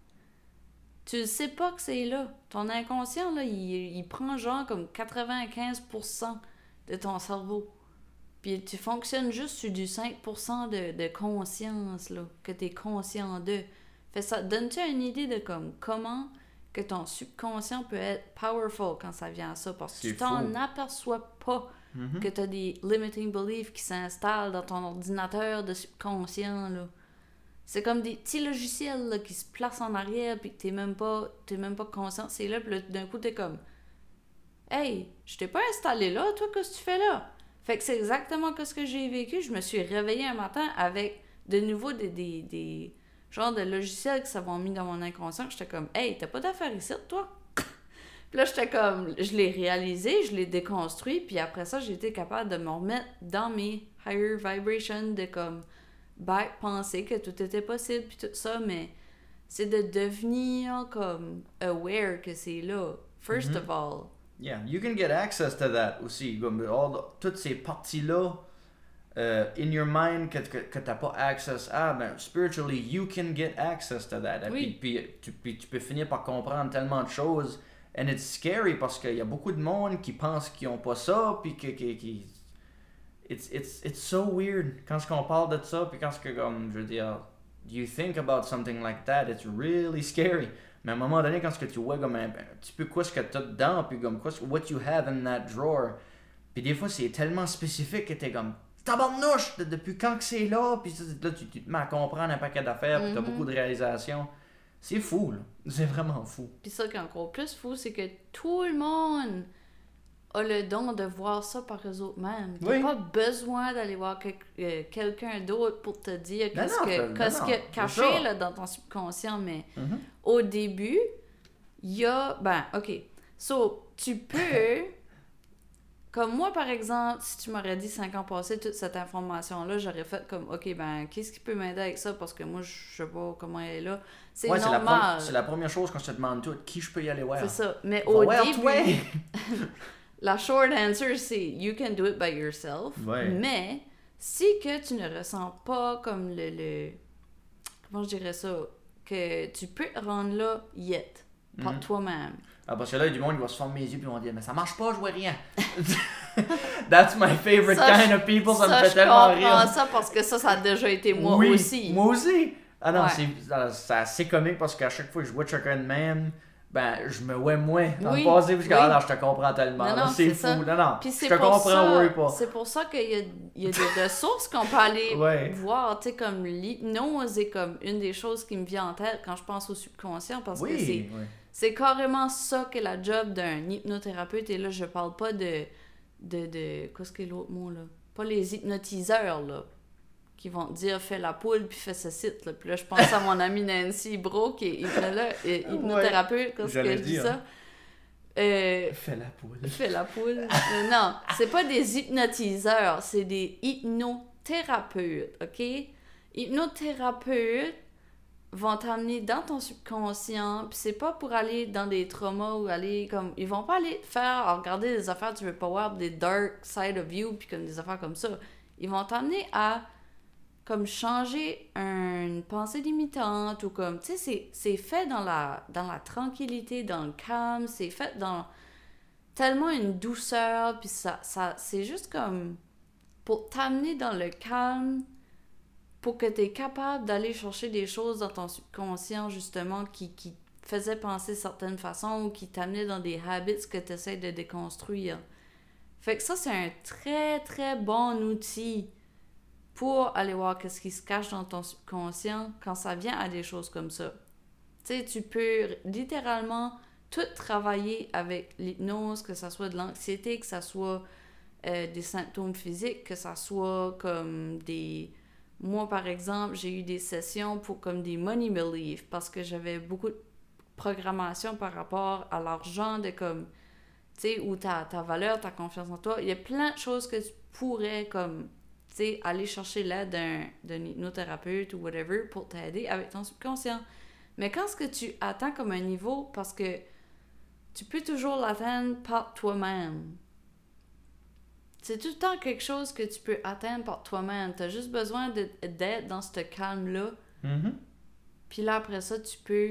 Tu sais pas que c'est là. Ton inconscient, là, il, il prend genre comme quatre-vingt-quinze pour cent de ton cerveau. Puis tu fonctionnes juste sur du cinq pour cent de, de conscience, là, que t'es conscient de. Fait ça, donne-tu une idée de comme comment que ton subconscient peut être powerful quand ça vient à ça, parce que C'est tu t'en fou. aperçois pas. Mm-hmm. Que tu as des limiting beliefs qui s'installent dans ton ordinateur de subconscient, là. C'est comme des petits logiciels là, qui se placent en arrière puis que t'es même pas t'es même pas conscient. C'est là, puis là, d'un coup, t'es comme « Hey, je t'ai pas installé là, toi, qu'est-ce que tu fais là? » Fait que c'est exactement ce que j'ai vécu. Je me suis réveillée un matin avec de nouveau des, des, des genres de logiciels qui s'avaient mis dans mon inconscient. J'étais comme « Hey, t'as pas d'affaires ici, toi? » Puis là, j'étais comme, je l'ai réalisé, je l'ai déconstruit, puis après ça, j'ai été capable de me remettre dans mes higher vibrations, de comme, back, penser que tout était possible, puis tout ça, mais c'est de devenir comme aware que c'est là, first mm-hmm. of all. Yeah, you can get access to that aussi, comme all the, toutes ces parties-là, uh, in your mind, que, que, que t'as pas access à, ben, spiritually, you can get access to that. Oui. Puis, puis, tu, puis tu peux finir par comprendre tellement de choses. And it's scary parce qu'il y a beaucoup de monde qui pense qu'ils n'ont pas ça, puis que, que, que it's, it's, it's so weird quand on parle de ça, puis quand que, comme, je veux dire, you think about something like that, it's really scary. Mais à un moment donné, quand que tu vois comme un, un petit peu quoi ce que tu as dedans, puis comme quoi, what you have in that drawer, puis des fois c'est tellement spécifique que t'es comme, tabarnouche, depuis quand que c'est là, puis là tu, tu te mets à comprendre un paquet d'affaires, puis t'as mm-hmm. beaucoup de réalisations. C'est fou, là. C'est vraiment fou. Puis ça qui est encore plus fou, c'est que tout le monde a le don de voir ça par eux autres mêmes. T'as oui. pas besoin d'aller voir que, euh, quelqu'un d'autre pour te dire non, qu'est-ce non, que, non, qu'est-ce non, que caché là, dans ton subconscient. Mais mm-hmm. au début, il y a... Ben, OK. So, tu peux... Comme moi, par exemple, si tu m'aurais dit cinq ans passés, toute cette information-là, j'aurais fait comme, OK, ben, qu'est-ce qui peut m'aider avec ça? Parce que moi, je sais pas comment elle est là. C'est ouais, normal. C'est la, pre- c'est la première chose quand je te demande tout, qui je peux y aller voir? C'est ça. Mais Va au voir début, toi. la short answer, c'est you can do it by yourself. Ouais. Mais si que tu ne ressens pas comme le, le... Comment je dirais ça? Que tu peux te rendre là, yet, par mm-hmm. toi-même. Ah, parce que là, il y a du monde qui va se former les yeux puis ils vont dire, mais ça marche pas, je vois rien. That's my favorite ça, kind of people, ça, ça me fait tellement rire. Je comprends ça parce que ça, ça a déjà été moi oui, aussi. Moi aussi. Ah non, ouais. c'est, c'est assez comique parce qu'à chaque fois que je vois quelqu'un de même, ben, je me vois moins dans oui, le passé, puis je dis, oui. ah non, je te comprends tellement. Non, non, là, c'est, c'est fou. Ça. Non, non, puis je te comprends, ça, worry pas. C'est pour ça qu'il y a, il y a des ressources qu'on peut aller ouais. voir, tu sais, comme l'hypnose est comme une des choses qui me vient en tête quand je pense au subconscient, parce oui, que c'est, oui. c'est carrément ça que la job d'un hypnothérapeute, et là, je parle pas de, de, de qu'est-ce que l'autre mot, là? Pas les hypnotiseurs, là, qui vont te dire « fais la poule, puis fais ce site », là. Puis là, je pense à mon amie Nancy Bro, qui est hypnologue, hypnothérapeute, quand ouais, je dis ça. Hein. Euh, fais la poule. Fais la poule. euh, non, c'est pas des hypnotiseurs, c'est des hypnothérapeutes, OK? Hypnothérapeutes vont t'amener dans ton subconscient, puis c'est pas pour aller dans des traumas ou aller comme... Ils vont pas aller te faire regarder des affaires que tu veux pas voir, des dark side of you, puis comme des affaires comme ça. Ils vont t'amener à comme changer une pensée limitante ou comme, tu sais, c'est, c'est fait dans la, dans la tranquillité, dans le calme, c'est fait dans tellement une douceur, puis ça, ça, c'est juste comme pour t'amener dans le calme, pour que tu es capable d'aller chercher des choses dans ton subconscient, justement, qui, qui faisait penser de certaines façons ou qui t'amenait dans des habits que tu essaies de déconstruire. Fait que ça, c'est un très, très bon outil pour aller voir qu'est-ce qui se cache dans ton subconscient quand ça vient à des choses comme ça. Tu sais, tu peux littéralement tout travailler avec l'hypnose, que ça soit de l'anxiété, que ça soit euh, des symptômes physiques, que ça soit comme des... Moi, par exemple, j'ai eu des sessions pour comme des money beliefs parce que j'avais beaucoup de programmation par rapport à l'argent, de comme, tu sais, ou ta, ta valeur, ta confiance en toi. Il y a plein de choses que tu pourrais comme... Tu sais, aller chercher l'aide d'un, d'un hypnothérapeute ou whatever pour t'aider avec ton subconscient. Mais quand est-ce que tu atteins comme un niveau, parce que tu peux toujours l'atteindre par toi-même. C'est tout le temps quelque chose que tu peux atteindre par toi-même. Tu as juste besoin de, d'être dans ce calme-là. Mm-hmm. Puis là, après ça, tu peux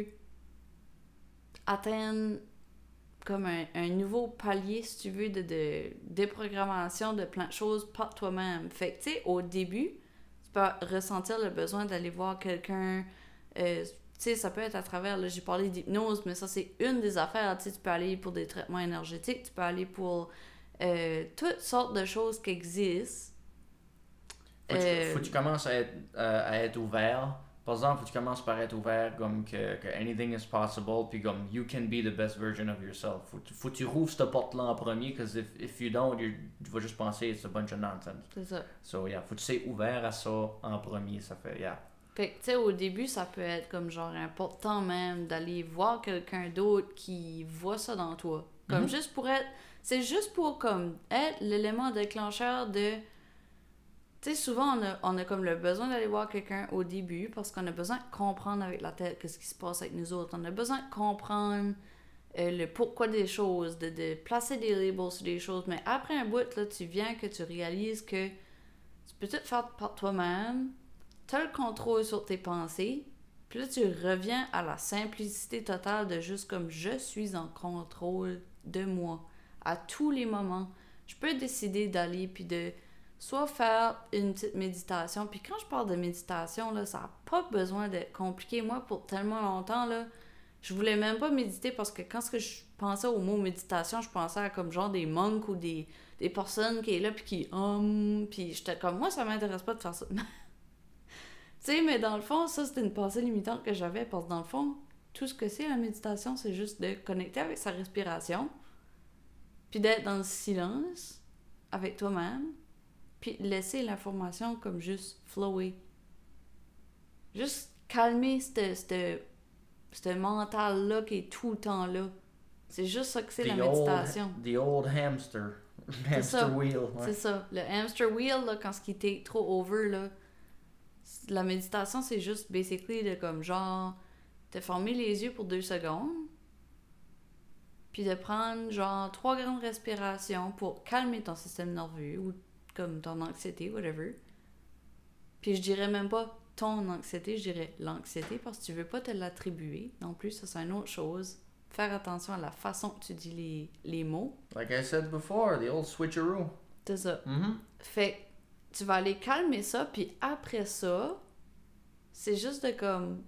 atteindre comme un, un nouveau palier, si tu veux, de, de déprogrammation de plein de choses par toi-même. Fait que, tu sais, au début, tu peux ressentir le besoin d'aller voir quelqu'un. Euh, tu sais, ça peut être à travers, là, j'ai parlé d'hypnose, mais ça, c'est une des affaires. Tu sais, tu peux aller pour des traitements énergétiques, tu peux aller pour euh, toutes sortes de choses qui existent. Faut que, Euh, tu, faut que tu commences à être, euh, à être ouvert. Par exemple, faut que tu commences par être ouvert, comme que, que anything is possible, puis comme you can be the best version of yourself. Faut, faut que tu rouvres cette porte-là en premier, parce que if, if you don't, tu vas juste penser it's a bunch of nonsense. C'est ça. So, yeah, faut que tu sois ouvert à ça en premier, ça fait, yeah. Fait que, tu sais, au début, ça peut être comme genre important même d'aller voir quelqu'un d'autre qui voit ça dans toi. Comme Mm-hmm. juste pour être... C'est juste pour comme être l'élément déclencheur de... Tu sais, souvent, on a, on a comme le besoin d'aller voir quelqu'un au début parce qu'on a besoin de comprendre avec la tête qu'est-ce qui se passe avec nous autres. On a besoin de comprendre euh, le pourquoi des choses, de, de placer des labels sur des choses. Mais après un bout, là, tu viens que tu réalises que tu peux tout faire par toi-même. Tu as le contrôle sur tes pensées. Puis là, tu reviens à la simplicité totale de juste comme je suis en contrôle de moi. À tous les moments, je peux décider d'aller puis de soit faire une petite méditation. Puis quand je parle de méditation, là, ça n'a pas besoin d'être compliqué. Moi, pour tellement longtemps, là, je voulais même pas méditer parce que quand je pensais au mot méditation, je pensais à comme genre des monks ou des, des personnes qui est là puis qui hum, puis j'étais comme moi, ça m'intéresse pas de faire ça. Tu sais, mais dans le fond, ça, c'était une pensée limitante que j'avais parce que dans le fond, tout ce que c'est la méditation, c'est juste de connecter avec sa respiration, puis d'être dans le silence avec toi-même, puis laisser l'information comme juste flower. Juste calmer ce mental-là qui est tout le temps là. C'est juste ça que c'est The la old- méditation. The old hamster. Hamster ça. wheel. Ouais. C'est ça. Le hamster wheel, là, quand ce qui était trop over, là, la méditation, c'est juste basically de comme genre te fermer les yeux pour deux secondes, puis de prendre genre trois grandes respirations pour calmer ton système nerveux ou comme ton anxiété, whatever. Puis je dirais même pas ton anxiété, je dirais l'anxiété parce que tu veux pas te l'attribuer non plus, ça c'est une autre chose. Faire attention à la façon que tu dis les, les mots. Like I said before, the old switcheroo. C'est ça. Mm-hmm. Fait tu vas aller calmer ça, puis après ça, c'est juste de comme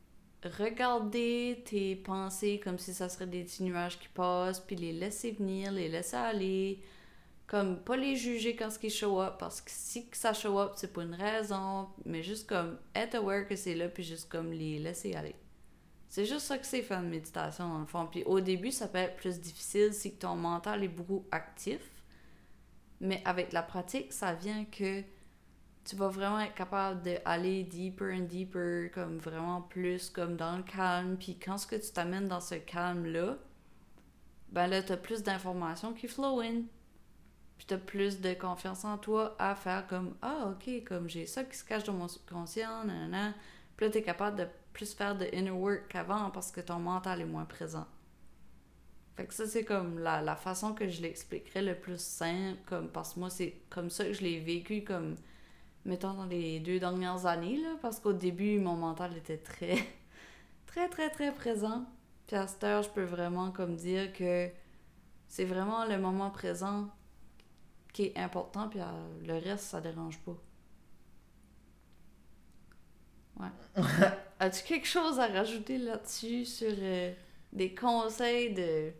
regarder tes pensées comme si ça serait des petits nuages qui passent, puis les laisser venir, les laisser aller, comme pas les juger quand ils show up, parce que si ça show up, c'est pour une raison, mais juste comme être aware que c'est là, puis juste comme les laisser aller. C'est juste ça que c'est faire une méditation dans le fond. Puis au début, ça peut être plus difficile si ton mental est beaucoup actif, mais avec la pratique, ça vient que tu vas vraiment être capable d'aller deeper and deeper, comme vraiment plus comme dans le calme. Puis quand ce que tu t'amènes dans ce calme-là, ben là, t'as plus d'informations qui flow in. Puis t'as plus de confiance en toi à faire comme « Ah, ok, comme j'ai ça qui se cache dans mon subconscient, nanana. » Puis là, t'es capable de plus faire de inner work qu'avant parce que ton mental est moins présent. Fait que ça, c'est comme la, la façon que je l'expliquerais le plus simple, comme parce que moi, c'est comme ça que je l'ai vécu, comme mettons dans les deux dernières années, là, parce qu'au début, mon mental était très, très, très, très présent. Puis à cette heure, je peux vraiment comme dire que c'est vraiment le moment présent qui est important, puis euh, le reste, ça dérange pas. Ouais. as-tu quelque chose à rajouter là-dessus sur euh, des conseils de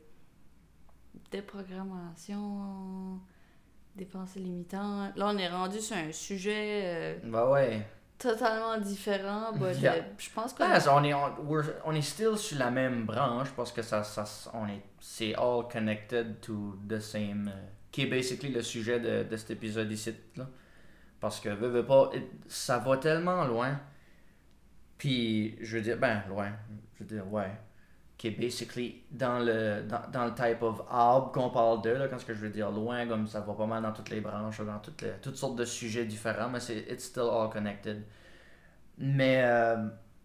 déprogrammation, des pensées limitantes? Là, on est rendu sur un sujet euh, bah ouais. totalement différent, but, Yeah. euh, je pense que... Ouais, on est, on, we're- on est still sur la même branche parce que ça, ça, on est, c'est all connected to the same, euh, qui est basically le sujet de, de cet épisode ici, là. Parce que, veux, veux pas, it- ça va tellement loin. Puis, je veux dire, ben, loin, je veux dire, ouais. Qui est basically dans le, dans, dans le type of arbre qu'on parle de, là, quand ce que je veux dire loin, comme ça va pas mal dans toutes les branches, dans toutes, les, toutes sortes de sujets différents, mais c'est, it's still all connected. Mais, euh,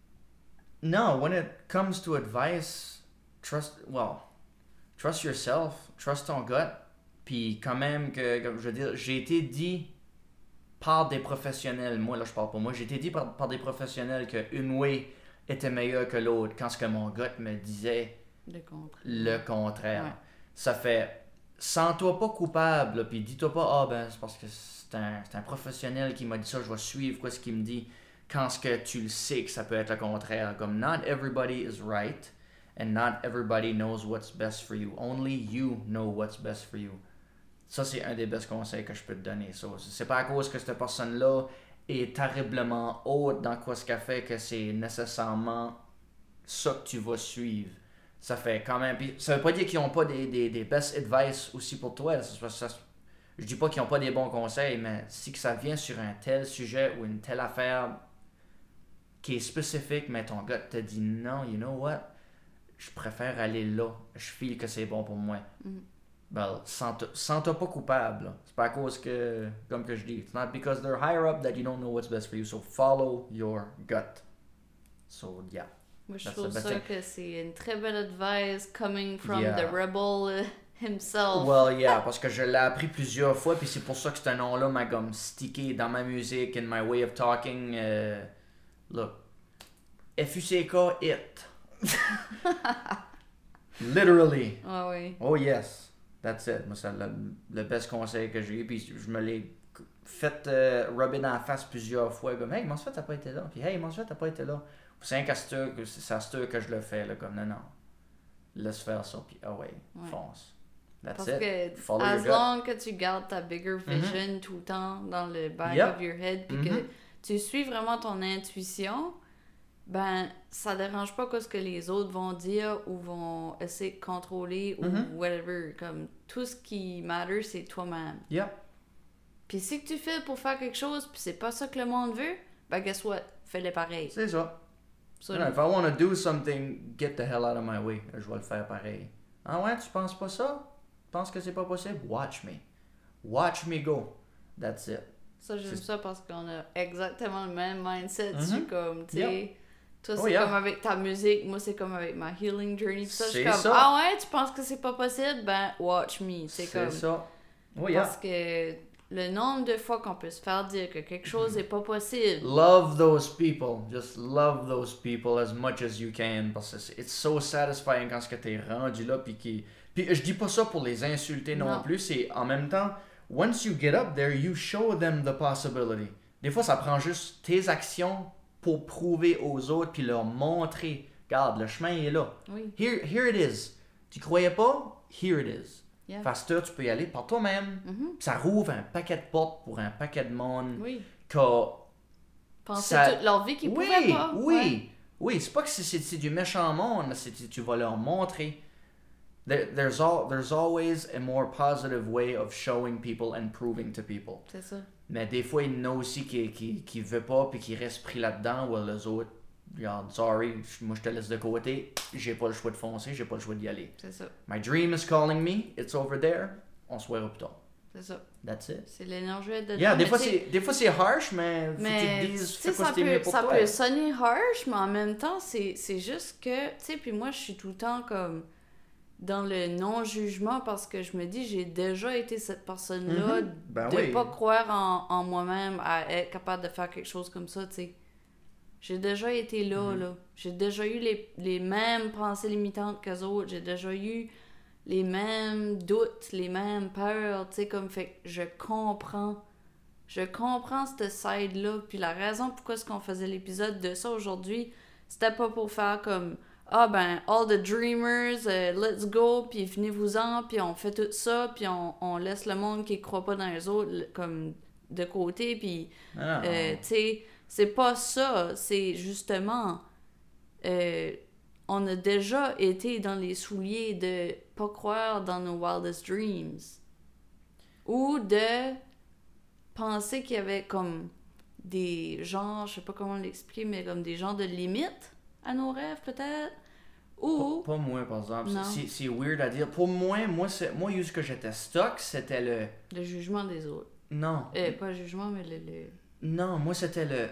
no, when it comes to advice, trust, well, trust yourself, trust ton gut, puis quand même que, comme je veux dire, j'ai été dit par des professionnels, moi là je parle pour moi, j'ai été dit par, par des professionnels que une way était meilleure que l'autre quand ce que mon gut me disait Le contraire. le contraire. Ouais. Ça fait, sens-toi pas coupable, là, puis dis-toi pas, ah ben c'est parce que c'est un, c'est un professionnel qui m'a dit ça, je vais suivre quoi ce qu'il me dit, quand ce que tu le sais que ça peut être le contraire. Comme, not everybody is right, and not everybody knows what's best for you. Only you know what's best for you. Ça, c'est un des best conseils que je peux te donner. Ça, c'est pas à cause que cette personne-là est terriblement haute dans quoi ce qu'elle fait que c'est nécessairement ça que tu vas suivre. Ça fait quand même... Puis ça veut pas dire qu'ils ont pas des, des, des best advice aussi pour toi. Ça, ça, ça, je dis pas qu'ils ont pas des bons conseils, mais si que ça vient sur un tel sujet ou une telle affaire qui est spécifique, mais ton gars te dit non, you know what? Je préfère aller là. Je feel que c'est bon pour moi. Mm. Ben, sens-toi sens-toi pas coupable. là. C'est pas à cause que, comme que je dis, it's not because they're higher up that you don't know what's best for you. So follow your gut. So yeah. Moi, je That's trouve the best ça thing. que c'est une très belle advice coming from Yeah. the rebel uh, himself. Well, yeah, parce que je l'ai appris plusieurs fois, puis c'est pour ça que ce nom-là m'a comme stické dans ma musique, in my way of talking. Uh, look, F U C K, it. Literally. Ah oui. Oh yes. That's it. Moi, c'est le, le best conseil que j'ai eu. Puis je me l'ai fait euh, rubber dans la face plusieurs fois. Comme, hey, comment ça fait t'as pas été là? Puis, hey, comment ça fait t'as pas été là? C'est un casteur que c'est à ce que je le fais. Là, comme, non, non. Laisse faire ça. Puis, ah ouais, Ouais. fonce. That's Parce it. que, Follow as your gut. long que tu gardes ta bigger vision tout le temps dans le back Yep. of your head, puis Mhm. que tu suis vraiment ton intuition, ben, ça dérange pas que ce que les autres vont dire ou vont essayer de contrôler ou Mhm. whatever. Comme, tout ce qui matter, c'est toi-même. Yep. Puis si que tu fais pour faire quelque chose, puis c'est pas ça que le monde veut, ben, guess what? Fais-le pareil. C'est ça. Ça, You know, if I want to do something, get the hell out of my way. Je vais le faire pareil. Ah ouais, tu penses pas ça? Tu penses que c'est pas possible? Watch me. Watch me go. That's it. Ça, j'aime C'est- ça parce qu'on a exactement le même mindset. Mhm. C'est comme, tu sais, Yeah. toi, Oh, c'est yeah. comme avec ta musique, moi, c'est comme avec ma healing journey. Puis ça, je suis C'est comme, ça. ah ouais, tu penses que c'est pas possible? Ben, watch me. C'est C'est comme, ça. Oh yeah. parce que le nombre de fois qu'on peut se faire dire que quelque chose est pas possible. Love those people. Just love those people as much as you can. Parce que c'est- it's so satisfying quand ce que t'es rendu là. Puis, qui... puis je dis pas ça pour les insulter non, Non. plus. C'est en même temps, once you get up there, you show them the possibility. Des fois, ça prend juste tes actions pour prouver aux autres puis leur montrer. Regarde, le chemin est là. Oui, Here, here it is. Tu croyais pas? Here it is. yeah. Faster, tu peux y aller par toi-même. Mhm. Ça rouvre un paquet de portes pour un paquet de monde. Oui. qu'a- Penser Ça- toute leur vie qu'ils Oui, pouvaient pas. oui, Ouais. oui. C'est pas que c'est- c'est c'est du méchant monde, mais c'est tu vas leur montrer. There, there's, all, there's always a more positive way of showing people and proving to people. C'est ça. Mais des fois, il y en a aussi qui qui, qui veut pas puis qui restent pris là-dedans, ou les autres, regarde, sorry, moi je te laisse de côté, j'ai pas le choix de foncer, j'ai pas le choix d'y aller. C'est ça. My dream is calling me, it's over there, on se verra plus tard. C'est ça. That's it. C'est l'énergie de Yeah, des mais fois, tu sais- c'est, des fois c'est harsh, mais faut que tu Mais te tu dises sais, fais quoi ça, c'est mieux peut, pour ça toi. peut sonner harsh, mais en même temps, c'est c'est juste que, tu sais, puis moi, je suis tout le temps comme dans le non-jugement parce que je me dis, j'ai déjà été cette personne-là, Mhm. Ben de oui. pas croire en, en moi-même, à être capable de faire quelque chose comme ça, tu sais. J'ai déjà été là, Mhm. là. J'ai déjà eu les, les mêmes pensées limitantes qu'eux autres. J'ai déjà eu les mêmes doutes, les mêmes peurs, tu sais, comme fait que je comprends. Je comprends cette side-là. Puis la raison pourquoi est-ce qu'on faisait l'épisode de ça aujourd'hui, C'était pas pour faire comme ah ben all the dreamers, uh, let's go, puis venez-vous-en, puis on fait tout ça, puis on, on laisse le monde qui croit pas dans les autres comme de côté, puis Ah. euh, tu sais, c'est pas ça, c'est justement euh, on a déjà été dans les souliers de pas croire dans nos wildest dreams. Ou de penser qu'il y avait comme des genres, je sais pas comment l'expliquer, mais comme des genres de limites à nos rêves, peut-être. Ou... Pas, pas moi, par exemple. Non. C'est, c'est weird à dire. Pour moi, moi, c'est, moi, juste que j'étais stuck, c'était le... Le jugement des autres. Non. Euh, pas le jugement, mais le... le... Non, moi, c'était le...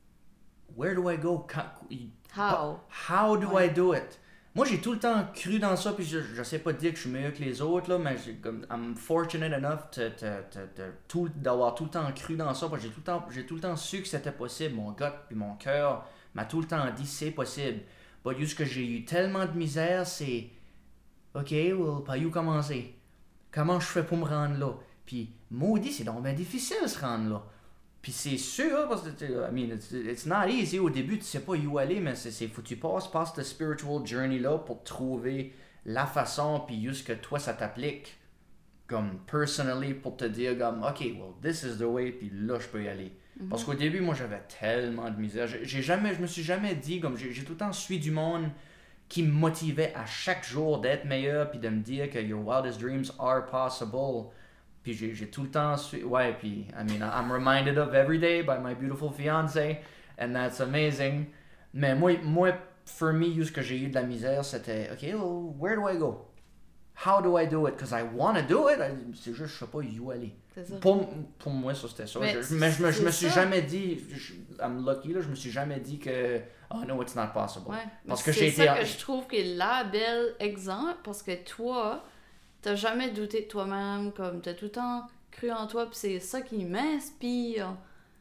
Where do I go? Quand- How? How do Ouais. I do it? Moi, j'ai tout le temps cru dans ça, puis je, je sais pas dire que je suis meilleur que les autres, là, mais j'ai, comme, I'm fortunate enough to, to, to, to, tout, d'avoir tout le temps cru dans ça, parce que j'ai tout le temps, j'ai tout le temps su que c'était possible. Mon gut puis mon cœur m'a tout le temps dit c'est possible. But juste que j'ai eu tellement de misère, c'est... OK, well, par où commencer? Comment je fais pour me rendre là? Puis, maudit, c'est donc bien difficile de se rendre là. Puis c'est sûr, parce que, I mean, it's, it's not easy. Au début, tu sais pas où aller, mais c'est, c'est faut que tu passes par cette spiritual journey-là pour trouver la façon, puis juste que toi, ça t'applique, comme, personally, pour te dire, comme, OK, well, this is the way, puis là, je peux y aller. Mm-hmm. Parce qu'au début, moi, j'avais tellement de misère. J'ai, j'ai jamais, je me suis jamais dit, comme, j'ai, j'ai tout le temps suivi du monde qui me motivait à chaque jour d'être meilleur, puis de me dire que your wildest dreams are possible. Puis j'ai, j'ai tout le temps su... Ouais, puis, I mean, I'm reminded of every day by my beautiful fiancée, and that's amazing. Mais moi, moi for me, ce que j'ai eu de la misère, c'était, OK, well, where do I go? How do I do it? Because I want to do it. C'est juste, je sais pas où aller. C'est ça. Pour, pour moi, ça, c'était ça. Mais, je, mais je, me, je me suis ça. jamais dit... Je, I'm lucky, là, je me suis jamais dit que... Oh no, it's not possible. Ouais. Parce que c'est j'ai ça été... que je trouve que est la belle exemple, parce que toi, t'as jamais douté de toi-même, comme t'as tout le temps cru en toi, puis c'est ça qui m'inspire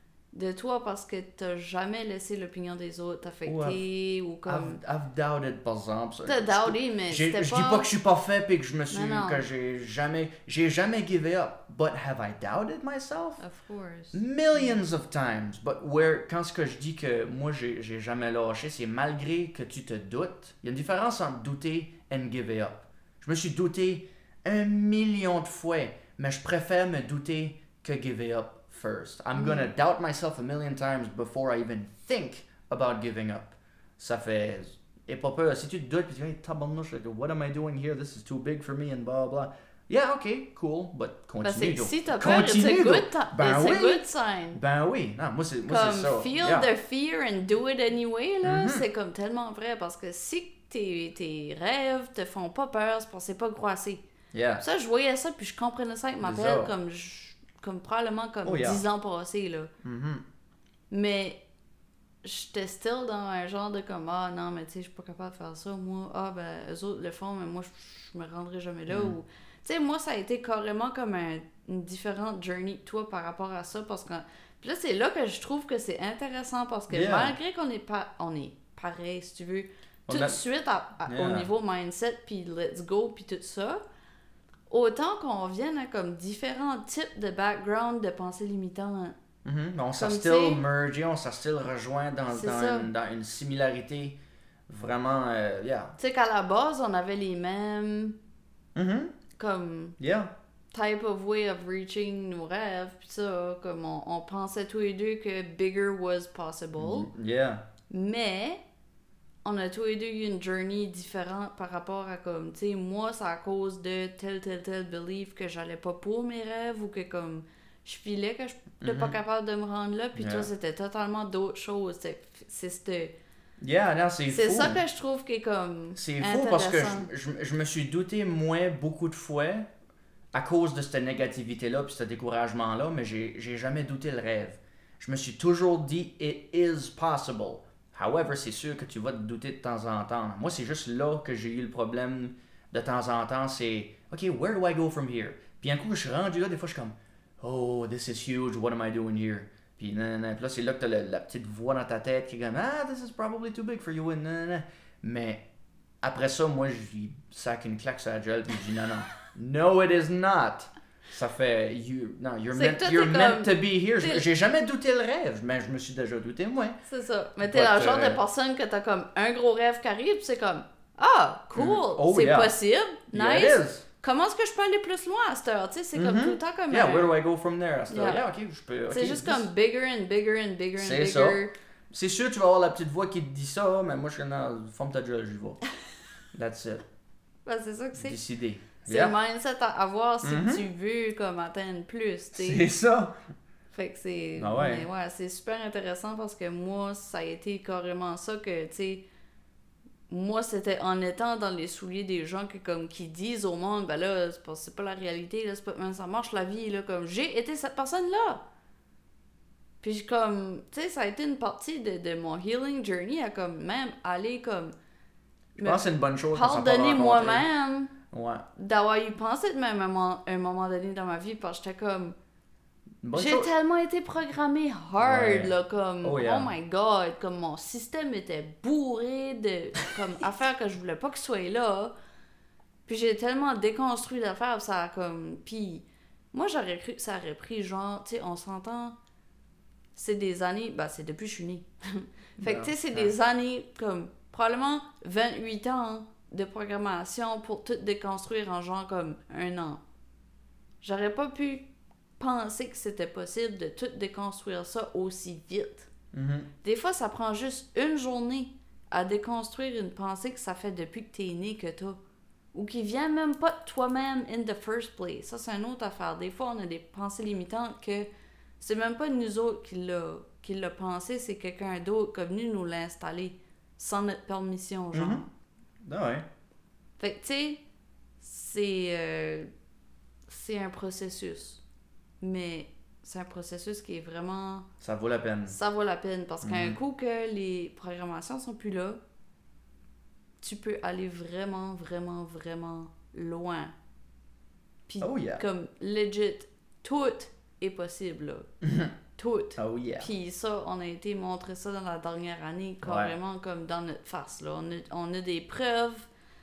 de toi, parce que t'as jamais laissé l'opinion des autres t'affecter, ou comme... I've, I've doubted, par exemple. T'as doubté, mais j'ai, c'était je pas... dis pas que je suis pas fait puis que je me suis... Non, non. que j'ai jamais... J'ai jamais given up. But have I doubted myself? Of course. Millions of times. But where... Quand ce que je dis que moi, j'ai, j'ai jamais lâché, c'est malgré que tu te doutes. Il y a une différence entre douter and give up. Je me suis douté un million de fois, mais je préfère me douter que give up first. I'm mm. gonna doubt myself a million times before I even think about giving up. Ça fait... Et pas peur. Si tu te doutes, puis tu dis, hey, tabarnouche, what am I doing here? This is too big for me, and blah, blah. Yeah, okay, cool, but continue. Ben, si t'as peur, it's a good, ta- ben it's oui. a good sign. Ben oui. Non, moi, c'est, moi, comme c'est ça. Feel yeah. the fear and do it anyway, là, Mm-hmm. c'est comme tellement vrai, parce que si tes, tes rêves te font pas peur, c'est parce que c'est pas gros assez. Yeah. Ça, je voyais ça, puis je comprenais ça avec ma C'est père, ça. comme, je- comme probablement comme Oh, yeah. dix ans passés, là. Mm-hmm. Mais j'étais still dans un genre de comme, ah non, mais tu sais, je suis pas capable de faire ça, moi, ah ben, eux autres le font, mais moi, je, je me rendrai jamais là, Mm. ou... Tu sais, moi, ça a été carrément comme un, une différente journey que toi par rapport à ça, parce que... Puis là, c'est là que je trouve que c'est intéressant, parce que Yeah. malgré qu'on est pas... On est pareil, si tu veux, On tout a- de suite à- à- Yeah. au niveau mindset, puis let's go, puis tout ça, autant qu'on vienne à comme différents types de background de pensée limitantes. Mm-hmm. Mais on s'est Comme, still t'sais- mergé, on s'est still rejoint dans, C'est dans, ça. une, dans une similarité vraiment... euh, yeah. Tu sais qu'à la base, on avait les mêmes, Mm-hmm. comme... Yeah. type of way of reaching nos rêves, pis ça, comme on, on pensait tous les deux que bigger was possible, Yeah. mais on a tous les deux eu une journey différente par rapport à comme, tu sais, moi, c'est à cause de tel, tel, tel belief que j'allais pas pour mes rêves, ou que comme, je filais que je n'étais pas Mhm. capable de me rendre là, puis Yeah. toi, c'était totalement d'autres choses, c'est, c'est, c'est, Yeah, non, c'est c'est fou. ça que je trouve qui est comme C'est fou parce que intéressant. je, je, je me suis douté moins beaucoup de fois à cause de cette négativité-là puis ce découragement-là, mais j'ai, j'ai jamais douté le rêve. Je me suis toujours dit « it is possible ». However, c'est sûr que tu vas te douter de temps en temps. Moi, c'est juste là que j'ai eu le problème de temps en temps, c'est « OK, where do I go from here? » Puis un coup, je suis rendu là, des fois, je suis comme « oh, this is huge, what am I doing here? » Puis nan, nan, puis là, c'est là que t'as la, la petite voix dans ta tête qui est comme « ah, this is probably too big for you. » nan, nan, nan. Mais après ça, moi, je lui sac une claque sur la gueule puis je dis « non, non, no it is not. » Ça fait. You, non, you're, C'est meant, que toi, you're t'es meant comme- to be here. t'es- J'ai jamais douté le rêve, mais je me suis déjà douté, moi. C'est ça. Mais t'es But, le genre euh, de personne que t'as comme un gros rêve qui arrive, pis c'est comme ah, cool, Mm. Oh, c'est yeah. possible, Yeah, it nice. is. Comment est-ce que je peux aller plus loin à cette heure? Tu sais, c'est comme Mhm. tout le temps comme Yeah, un- where do I go from there? C'est Yeah. yeah, ok, je peux. C'est ok, juste this- comme bigger and bigger and bigger and C'est bigger. ça. C'est sûr, tu vas avoir la petite voix qui te dit ça, mais moi, je suis dans. Forme ta gueule, j'y vais. That's it. Ben, c'est ça que c'est. Décidé. C'est Yeah. le mindset à avoir si Mhm. tu veux comme atteindre plus, tu sais. C'est ça. Fait que c'est Ah ouais. mais ouais, c'est super intéressant parce que moi, ça a été carrément ça que, tu sais, moi, c'était en étant dans les souliers des gens que, comme, qui disent au monde, ben là, c'est pas, c'est pas la réalité, là, c'est pas, ben, ça marche la vie, là, comme, j'ai été cette personne-là. Puis, j'ai comme, tu sais, ça a été une partie de, de mon healing journey à, comme, même aller, comme, Je pense que c'est une bonne chose. quand ça part pardonner rencontrer. moi-même Ouais. d'avoir eu pensé de même à un moment, un moment donné dans ma vie parce que j'étais comme Une bonne j'ai chose. tellement été programmée hard Ouais. là comme Oh, oh, yeah. my god comme mon système était bourré de comme affaires que je voulais pas qu'ils soient là puis j'ai tellement déconstruit d'affaires ça a comme puis moi j'aurais cru que ça aurait pris genre tu sais on s'entend c'est des années bah c'est depuis que je suis née fait que tu sais c'est Ouais. des années comme probablement vingt-huit ans de programmation pour tout déconstruire en genre comme un an. J'aurais pas pu penser que c'était possible de tout déconstruire ça aussi vite. Mhm. Des fois, ça prend juste une journée à déconstruire une pensée que ça fait depuis que t'es né que t'as. Ou qui vient même pas de toi-même in the first place. Ça, c'est une autre affaire. Des fois, on a des pensées limitantes que c'est même pas nous autres qui l'a, qui l'a pensé, c'est quelqu'un d'autre qui est venu nous l'installer sans notre permission, genre. Mhm. Ah ouais. Fait que, tu sais, c'est, euh, c'est un processus. Mais c'est un processus qui est vraiment... Ça vaut la peine. Ça vaut la peine parce qu'un Mhm. coup que les programmations sont plus là, tu peux aller vraiment, vraiment, vraiment loin. Puis, Oh yeah. comme, legit, tout est possible, là. Tout. Oh yeah. Puis ça, on a été montrer ça dans la dernière année, carrément comme dans notre face. Là. On, a, on a des preuves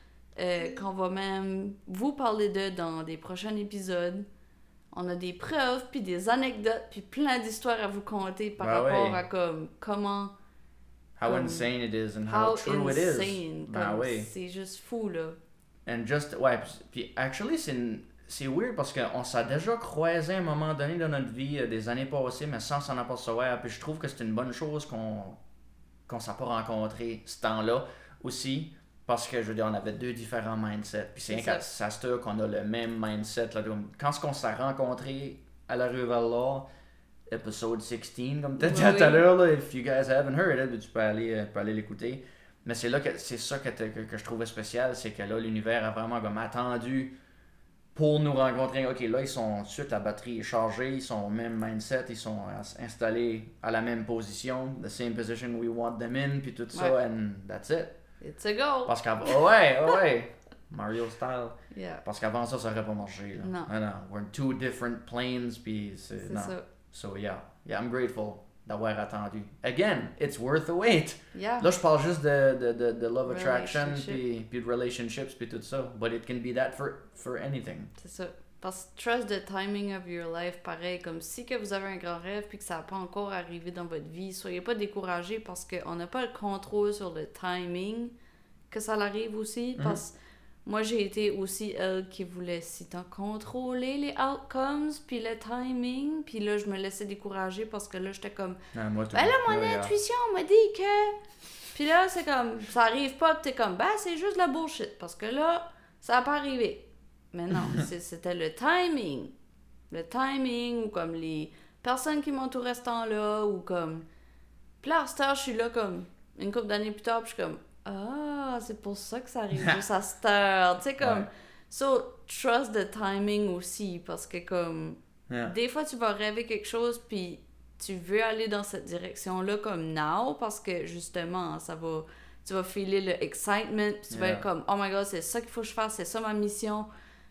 euh, qu'on va même vous parler de dans des prochains épisodes. On a des preuves, puis des anecdotes, puis plein d'histoires à vous conter par Ben rapport oui. à comme comment... How comme- insane it is and how, How true it insane. is. Ben comme oui. C'est juste fou, là. And just, ouais, puis- puis actually, c'est une- c'est weird parce qu'on s'est déjà croisé à un moment donné dans notre vie, euh, des années passées, mais sans s'en apercevoir. Puis je trouve que c'est une bonne chose qu'on qu'on s'est pas rencontré ce temps-là aussi. Parce que, je veux dire, on avait deux différents mindsets. Puis c'est C'est rien qu'à ça se peut qu'on a le même mindset. Là, comme- quand est-ce qu'on s'est rencontrés à la rue Val-d'Or, épisode seize, comme tu as dit Oui, tout à oui. l'heure, là, if you guys haven't heard it, tu peux aller, euh, tu peux aller l'écouter. Mais c'est là que c'est ça que, t'as- que, que je trouvais spécial, c'est que là, l'univers a vraiment comme attendu pour nous rencontrer. Ok, là, ils sont tout de suite, la batterie est chargée, ils sont au même mindset, ils sont euh, installés à la même position, the same position we want them in, puis tout ça, Ouais. and that's it. It's a go! Parce qu'avant, oh ouais, oh ouais, Mario style. Yeah, Parce qu'avant ça, ça aurait pas marché. Là. Non. Ah non, we're in two different planes, puis c'est. c'est Non. ça. So yeah, yeah, I'm grateful d'avoir attendu. Again, it's worth the wait. Yeah. Là, je parle juste de, de, de, de love attraction, Relationship. puis, puis de relationships, puis tout ça. But it can be that for, for anything. C'est ça. Parce que trust the timing of your life, pareil, comme si que vous avez un grand rêve puis que ça n'a pas encore arrivé dans votre vie, soyez pas découragés parce qu'on n'a pas le contrôle sur le timing que ça l'arrive aussi. Parce que moi, j'ai été aussi elle qui voulait si tant contrôler les outcomes puis le timing. Puis là, je me laissais décourager parce que là, j'étais comme Ah, moi, tout ben là, mon yeah. intuition m'a dit que. Puis là, c'est comme, ça arrive pas, pis t'es comme, ben c'est juste de la bullshit, parce que là, ça a pas arrivé. Mais non, c'est- c'était le timing. Le timing, ou comme les personnes qui m'entouraient ce temps-là, ou comme. Puis là, à cette heure, je suis là comme, une couple d'années plus tard, pis je suis comme, ah, c'est pour ça que ça arrive juste à cette heure. Tu sais, comme. Ouais. So, trust the timing aussi, parce que comme. Yeah. Des fois, tu vas rêver quelque chose, puis tu veux aller dans cette direction-là comme now, parce que justement, ça va, tu vas filer le excitement, puis tu vas Yeah. être comme, oh my god, c'est ça qu'il faut que je fasse, c'est ça ma mission.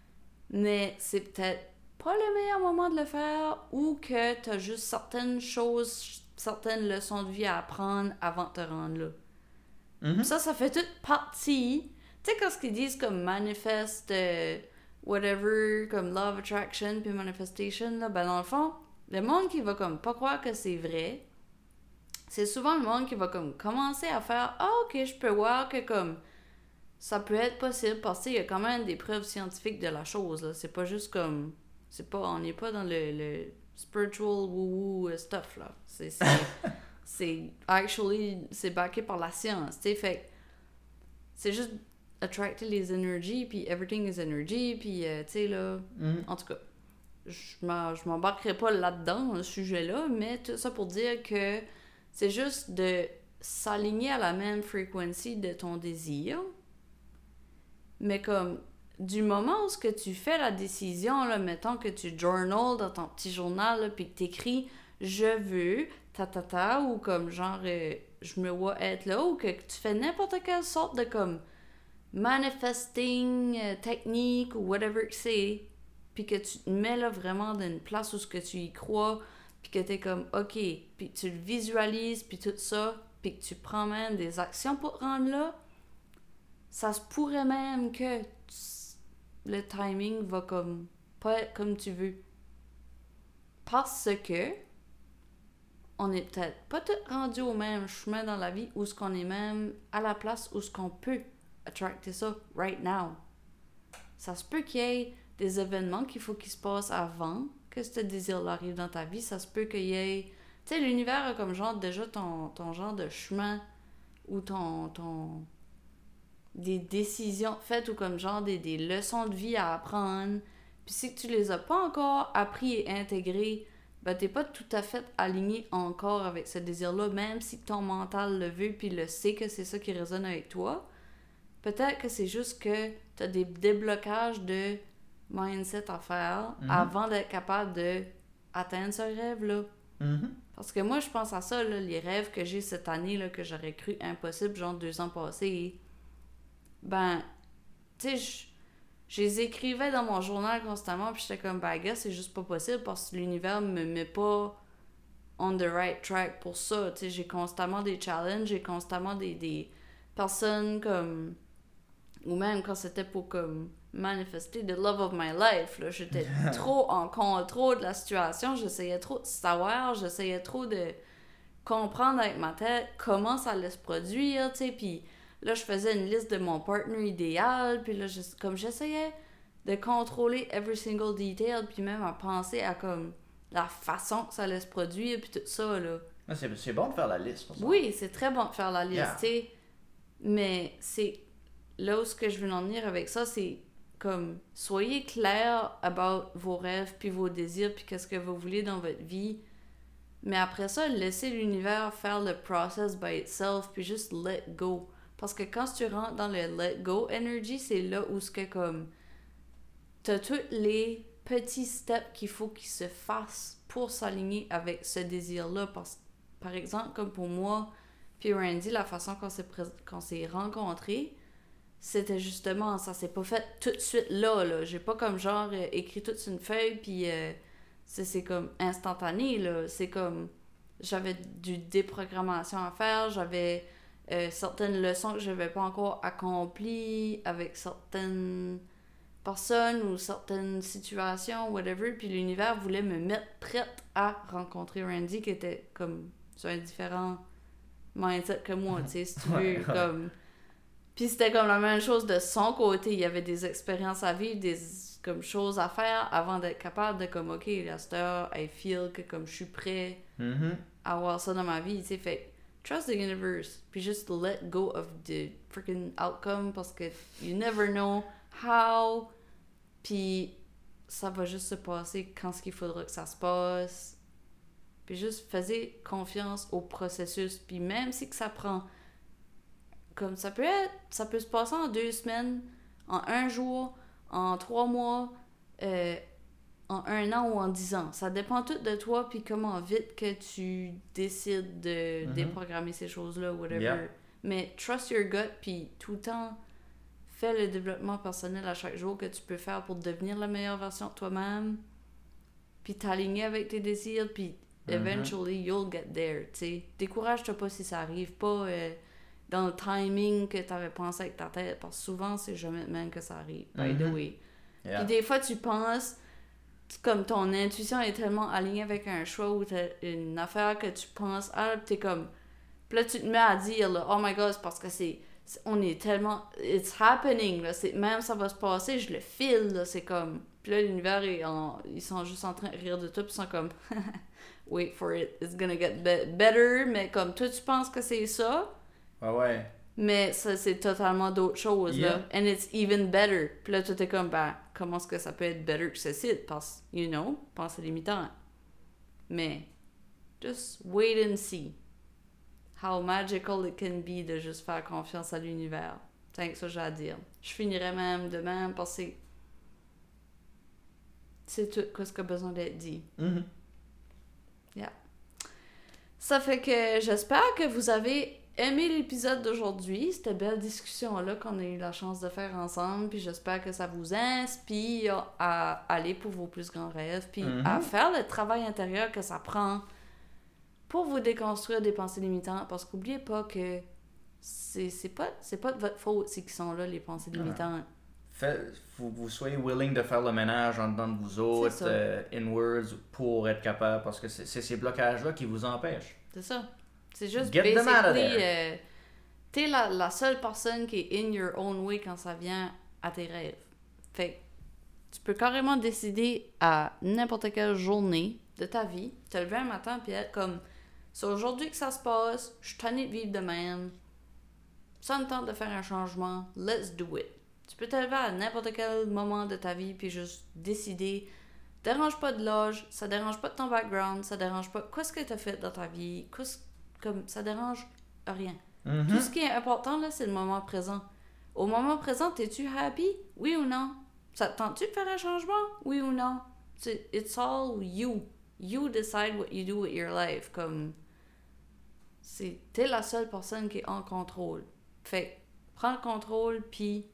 Mais c'est peut-être pas le meilleur moment de le faire, ou que tu as juste certaines choses, certaines leçons de vie à apprendre avant de te rendre là. Mhm. Ça, ça fait toute partie. Tu sais, quand ils disent comme manifeste, euh, whatever, comme Law of Attraction puis Manifestation, là, ben dans le fond, le monde qui va comme pas croire que c'est vrai, c'est souvent le monde qui va comme commencer à faire « Ah, ok, je peux voir que comme ça peut être possible parce qu'il y a quand même des preuves scientifiques de la chose, là. C'est pas juste comme... c'est pas on n'est pas dans le, le spiritual woo-woo stuff, là. C'est... c'est, c'est actually... c'est backé par la science, tu sais, fait c'est juste attracter les énergies, puis everything is energy, puis euh, tu sais, là... Mm. En tout cas, je m'embarquerai pas là-dedans, dans le sujet-là, mais tout ça pour dire que c'est juste de s'aligner à la même frequency de ton désir. Mais comme, du moment où ce que tu fais la décision, là, mettons que tu journal dans ton petit journal, là, puis que t'écris « je veux », ta ta ta, ou comme genre euh, « je me vois être là », ou que tu fais n'importe quelle sorte de comme manifesting euh, technique ou whatever que c'est, puis que tu te mets là vraiment dans une place où ce que tu y crois, puis que t'es comme « ok », puis tu le visualises, puis tout ça, puis que tu prends même des actions pour te rendre là, ça se pourrait même que tu, le timing va comme pas être comme tu veux. Parce que on est peut-être pas tous rendus au même chemin dans la vie où ce qu'on est même à la place où ce qu'on peut attracter ça right now. Ça se peut qu'il y ait des événements qu'il faut qu'ils se passent avant que ce désir-là arrive dans ta vie. Ça se peut qu'il y ait... Tu sais, l'univers a comme genre déjà ton, ton genre de chemin ou ton... ton des décisions faites ou comme genre des, des leçons de vie à apprendre. Puis si tu les as pas encore appris et intégrées, ben t'es pas tout à fait aligné encore avec ce désir-là, même si ton mental le veut puis le sait que c'est ça qui résonne avec toi. Peut-être que c'est juste que t'as des déblocages de mindset à faire mm-hmm. avant d'être capable de atteindre ce rêve-là. Mm-hmm. Parce que moi, je pense à ça, là, les rêves que j'ai cette année, là, que j'aurais cru impossible, genre deux ans passés. Ben, tu sais, je les écrivais dans mon journal constamment, puis j'étais comme, ben, gars, c'est juste pas possible parce que l'univers me met pas on the right track pour ça. Tu sais, j'ai constamment des challenges, j'ai constamment des, des personnes comme. Ou même quand c'était pour comme manifester the love of my life, là, j'étais trop en contrôle de la situation, j'essayais trop de savoir, j'essayais trop de comprendre avec ma tête comment ça allait se produire, tu sais, puis là, je faisais une liste de mon partner idéal, puis là, je, comme j'essayais de contrôler every single detail, puis même à penser à comme la façon que ça allait se produire, puis tout ça, là. C'est, c'est bon de faire la liste, pour ça. Oui, c'est très bon de faire la liste, yeah. tu sais, mais c'est... Là où ce que je veux en venir avec ça, c'est comme, soyez clair about vos rêves, puis vos désirs, puis qu'est-ce que vous voulez dans votre vie. Mais après ça, laissez l'univers faire le process by itself, puis juste let go. Parce que quand tu rentres dans le let go energy, c'est là où ce que comme, t'as tous les petits steps qu'il faut qu'ils se fassent pour s'aligner avec ce désir-là. Parce, par exemple, comme pour moi, puis Randy, la façon qu'on s'est, pré- qu'on s'est rencontrés, c'était justement, ça s'est pas fait tout de suite là, là. J'ai pas comme genre euh, écrit tout sur une feuille, puis euh, c'est, c'est comme instantané, là. C'est comme, j'avais du déprogrammation à faire, j'avais euh, certaines leçons que j'avais pas encore accomplies avec certaines personnes ou certaines situations, whatever, puis l'univers voulait me mettre prête à rencontrer Randy, qui était comme sur un différent mindset que moi, tu sais, si tu veux, comme... Puis c'était comme la même chose de son côté. Il y avait des expériences à vivre, des comme choses à faire avant d'être capable de comme, OK, à cette heure, I feel que comme je suis prêt mm-hmm. à avoir ça dans ma vie. Tu sais, fait trust the universe. Puis juste let go of the freaking outcome parce que you never know how. Puis ça va juste se passer quand ce qu'il faudra que ça se passe. Puis juste faisez confiance au processus. Puis même si que ça prend... Comme ça peut être, ça peut se passer en deux semaines, en un jour, en trois mois, euh, en un an ou en dix ans. Ça dépend tout de toi puis comment vite que tu décides de mm-hmm. déprogrammer ces choses-là, whatever. Yeah. Mais trust your gut puis tout le temps, fais le développement personnel à chaque jour que tu peux faire pour devenir la meilleure version de toi-même. Puis t'aligner avec tes désirs puis mm-hmm. eventually you'll get there, tu sais. Décourage-toi pas si ça arrive pas... Euh, dans le timing que tu avais pensé avec ta tête, parce que souvent, c'est jamais même que ça arrive. By mm-hmm. the way. Yeah. Puis des fois, tu penses, comme ton intuition est tellement alignée avec un choix ou t'as une affaire que tu penses, ah, pis t'es comme... Puis là, tu te mets à dire, là, oh my god, c'est parce que c'est... c'est- on est tellement... It's happening, là. C'est, même ça va se passer, je le file, là. C'est comme... Puis là, l'univers, est en, ils sont juste en train de rire de tout, puis ils sont comme... Wait for it, it's gonna get be- better. Mais comme toi, tu penses que c'est ça, Ouais, ouais. mais ça, c'est totalement d'autres choses, Yeah. là. And it's even better. Puis là, tu t'es comme, ben, comment est-ce que ça peut être better que ceci? Parce, you know, pense limitant. Mais, just wait and see how magical it can be de juste faire confiance à l'univers. C'est que ça j'ai à dire. Je finirais même de même parce que c'est tout ce qui a besoin d'être dit. Mm-hmm. Ça fait que j'espère que vous avez aimé l'épisode d'aujourd'hui, cette belle discussion-là qu'on a eu la chance de faire ensemble, puis j'espère que ça vous inspire à aller pour vos plus grands rêves, puis Mhm. à faire le travail intérieur que ça prend pour vous déconstruire des pensées limitantes, parce qu'oubliez pas que c'est, c'est pas c'est pas de votre faute c'est qu'ils sont là, les pensées limitantes. Fait, vous, vous soyez willing de faire le ménage en dedans de vous autres, ça. euh, inwards, pour être capable, parce que c'est, c'est ces blocages-là qui vous empêchent. C'est ça. C'est juste Get them out of basically, there. euh, t'es la, la seule personne qui est in your own way quand ça vient à tes rêves. Fait que tu peux carrément décider à n'importe quelle journée de ta vie, te lever un matin puis être comme, c'est aujourd'hui que ça se passe, je suis tannée de vivre de même, ça me tente de faire un changement, let's do it. Tu peux te lever à n'importe quel moment de ta vie puis juste décider. Dérange pas de l'âge, ça dérange pas de ton background, ça dérange pas qu'est-ce que t'as fait dans ta vie, qu'est-ce- comme ça dérange rien. Mhm. Tout ce qui est important là, c'est le moment présent. Au moment présent, t'es-tu happy? Oui ou non? Ça te tente-tu de faire un changement? Oui ou non? C'est it's all you. You decide what you do with your life. Comme c'est t'es la seule personne qui est en contrôle. Fait que, prends le contrôle puis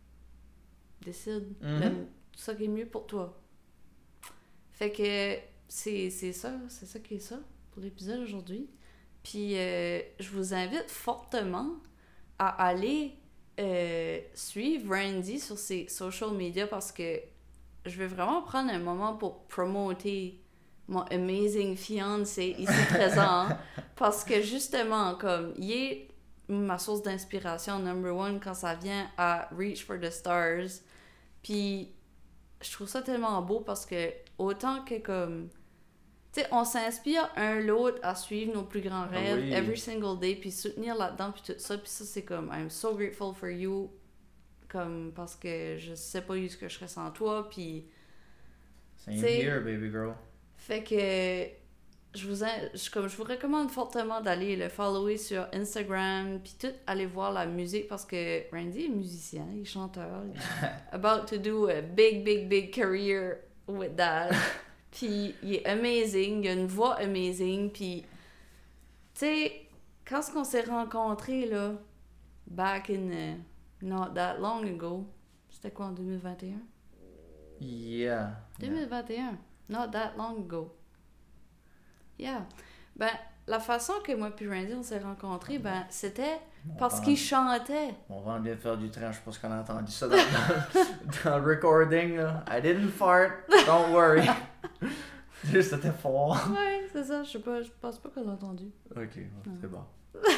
décide Mhm. le- ça qui est mieux pour toi. Fait que c'est, c'est ça, c'est ça qui est ça pour l'épisode aujourd'hui. Puis euh, je vous invite fortement à aller euh, suivre Randy sur ses social media parce que je vais vraiment prendre un moment pour promoter mon amazing fiancé ici présent parce que justement, comme, il est ma source d'inspiration number one quand ça vient à Reach for the Stars. Puis je trouve ça tellement beau parce que autant que comme tu sais on s'inspire un l'autre à suivre nos plus grands rêves Oui. every single day puis soutenir là-dedans puis tout ça puis ça c'est comme I'm so grateful for you comme parce que je sais pas où ce que je serais sans toi puis Same T'sais- here, baby girl. fait que je vous in- je, comme je vous recommande fortement d'aller le follower sur Instagram puis tout aller voir la musique parce que Randy est musicien, il est chanteur, il est about to do a big big big career with that. Puis il est amazing, il a une voix amazing puis tu sais quand est-ce qu'on s'est rencontrés là back in uh, not that long ago, c'était quoi en deux mille vingt et un? Yeah. deux mille vingt et un, not that long ago. Yeah. Ben, la façon que moi puis Randy on s'est rencontrés, ben, c'était parce qu'il chantait. On va bien faire du train, je pense qu'on a entendu ça dans, dans le recording. Là. I didn't fart, don't worry. Juste, c'était fort. Ouais, c'est ça, je sais pas, je pense pas qu'on l'a entendu. Ok, c'est bon.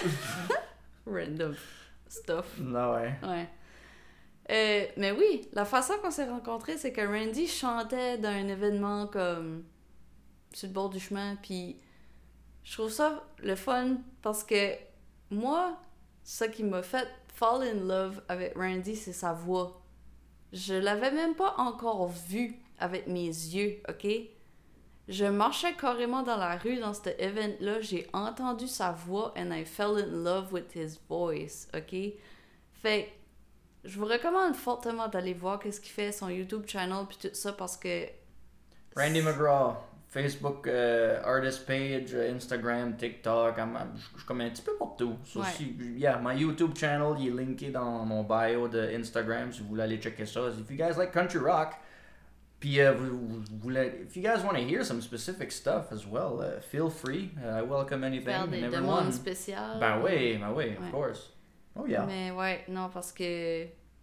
Random stuff. Non, ouais. Ouais. Euh, mais oui, la façon qu'on s'est rencontrés, c'est que Randy chantait dans un événement comme sur le bord du chemin, puis je trouve ça le fun parce que moi, ce qui m'a fait fall in love avec Randy, c'est sa voix. Je l'avais même pas encore vu avec mes yeux, ok? Je marchais carrément dans la rue dans cet event-là, j'ai entendu sa voix and I fell in love with his voice, ok? Fait que je vous recommande fortement d'aller voir qu'est-ce qu'il fait, son YouTube channel puis tout ça parce que... Randy McGraw, Facebook, euh, artist page, euh, Instagram, TikTok, I'm- I'm- je je suis comme un petit peu partout. So, Ouais. si- yeah, my YouTube channel, il est linké dans mon bio de Instagram si vous voulez aller checker ça. If you guys like country rock, puis euh, vous, vous voulez, if you guys want to hear some specific stuff as well, uh, feel free. Uh, I welcome anything Faire and des everyone. demandes spéciales. Ben oui, ben oui, of Ouais. course. Oh yeah. Mais ouais, non, parce que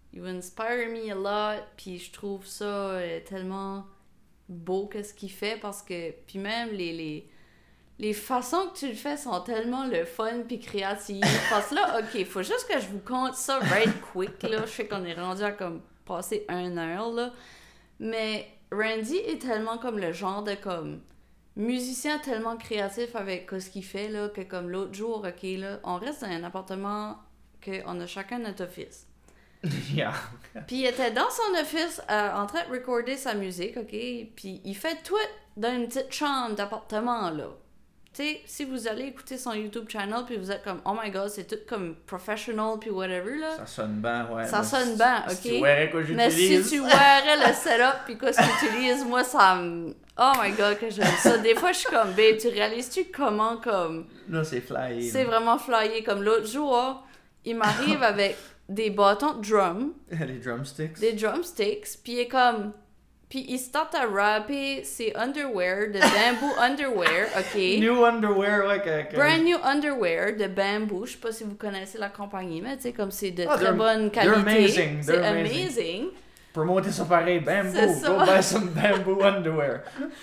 you inspire me a lot, puis je trouve ça euh, tellement beau qu'est-ce qu'il fait, parce que, puis même les, les, les façons que tu le fais sont tellement le fun puis créatif, parce que là, ok, faut juste que je vous conte ça right quick, là, je sais qu'on est rendu à comme passer une heure, là, mais Randy est tellement comme le genre de comme musicien tellement créatif avec ce qu'il fait, là, que comme l'autre jour, ok, là, on reste dans un appartement qu'on a chacun notre office. Yeah. Puis il était dans son office euh, en train de recorder sa musique, ok? Puis il fait tout dans une petite chambre d'appartement, là. Tu sais, si vous allez écouter son YouTube channel, puis vous êtes comme, oh my god, c'est tout comme professional, puis whatever, là. Ça sonne bien, ouais. Ça mais sonne si- bien, si ok? tu verrais quoi Mais si j'utilise. tu verrais le setup, puis quoi ce que tu utilises, moi, ça me... Oh my god, que j'aime ça. Des fois, je suis comme, babe, tu réalises-tu comment, comme... Là, c'est flyé. C'est vraiment flyé. Comme l'autre jour, il m'arrive avec des bâtons de drum, Les drumsticks. des drumsticks, puis il est comme... Puis il start à rapper ses underwear, de bamboo underwear, ok? New underwear, ouais. Que, que... Brand new underwear de bamboo. Je sais pas si vous connaissez la compagnie, mais tu sais, comme c'est de Ah, très they're- bonne they're qualité. amazing, C'est they're amazing. amazing. Promoter ça pareil, bamboo. C'est ça. Go buy some bamboo underwear.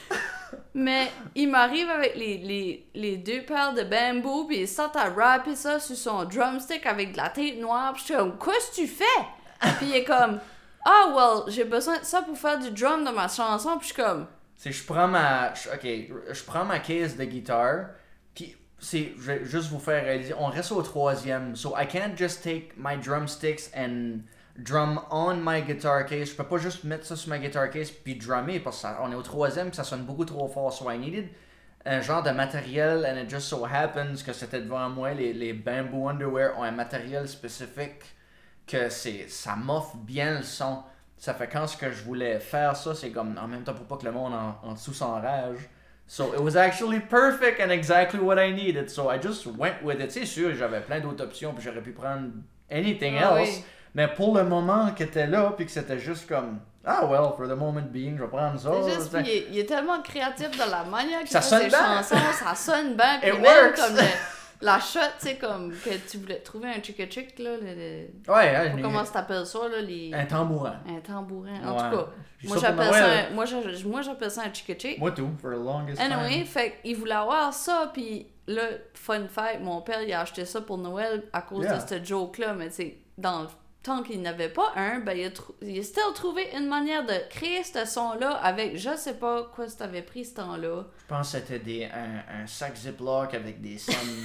Mais il m'arrive avec les, les, les deux paires de bamboo, puis il start à rapper ça sur son drumstick avec de la tête noire. Puis je suis comme, qu'est-ce que tu fais? Puis il est comme, ah, oh, well, j'ai besoin de ça pour faire du drum dans ma chanson. Puis je suis comme, C'est je prends ma je- ok je prends ma case de guitare puis c'est je vais juste vous faire réaliser on reste au troisième so I can't just take my drumsticks and drum on my guitar case. Je peux pas juste mettre ça sur ma guitar case puis drummer parce qu'on est au troisième puis ça sonne beaucoup trop fort. So I needed un genre de matériel and it just so happens que c'était devant moi. Les, les bamboo underwear ont un matériel spécifique que c'est ça m'offre bien le son. Ça fait quand ce que je voulais faire ça, c'est comme en même temps pour pas que le monde en, en dessous s'enrage. So it was actually perfect and exactly what I needed. So I just went with it. C'est sûr, j'avais plein d'autres options puis j'aurais pu prendre anything Ah else. oui. Mais pour le moment qui était là puis que c'était juste comme ah well, for the moment being, je vais prendre ça. c'est juste, puis il, est- il est tellement créatif dans la manière qu'il Ça fait sonne ses bien. chansons, ça sonne bien. Puis It même works. comme le- la shot, tu sais, comme que tu voulais trouver un chick chick là, le, le- Ouais, hein, je sais j'ai- pas comment t'appelles ça, là, les... un tambourin. Un tambourin. En Ouais. tout cas, J'ai moi ça pour j'appelle ça, Noël. un, moi, j'a- moi j'appelle ça un chick chick. Moi tout, for the longest Anyway, time. fait qu'il voulait avoir ça, puis là, fun fact, mon père il a acheté ça pour Noël à cause Yeah. de ce joke-là, mais tu sais, dans le temps qu'il n'avait pas un, ben il a, trou- il a still trouvé une manière de créer ce son-là avec, je sais pas quoi tu avais pris ce temps-là. Je pense que c'était des, un, un sac Ziploc avec des sons.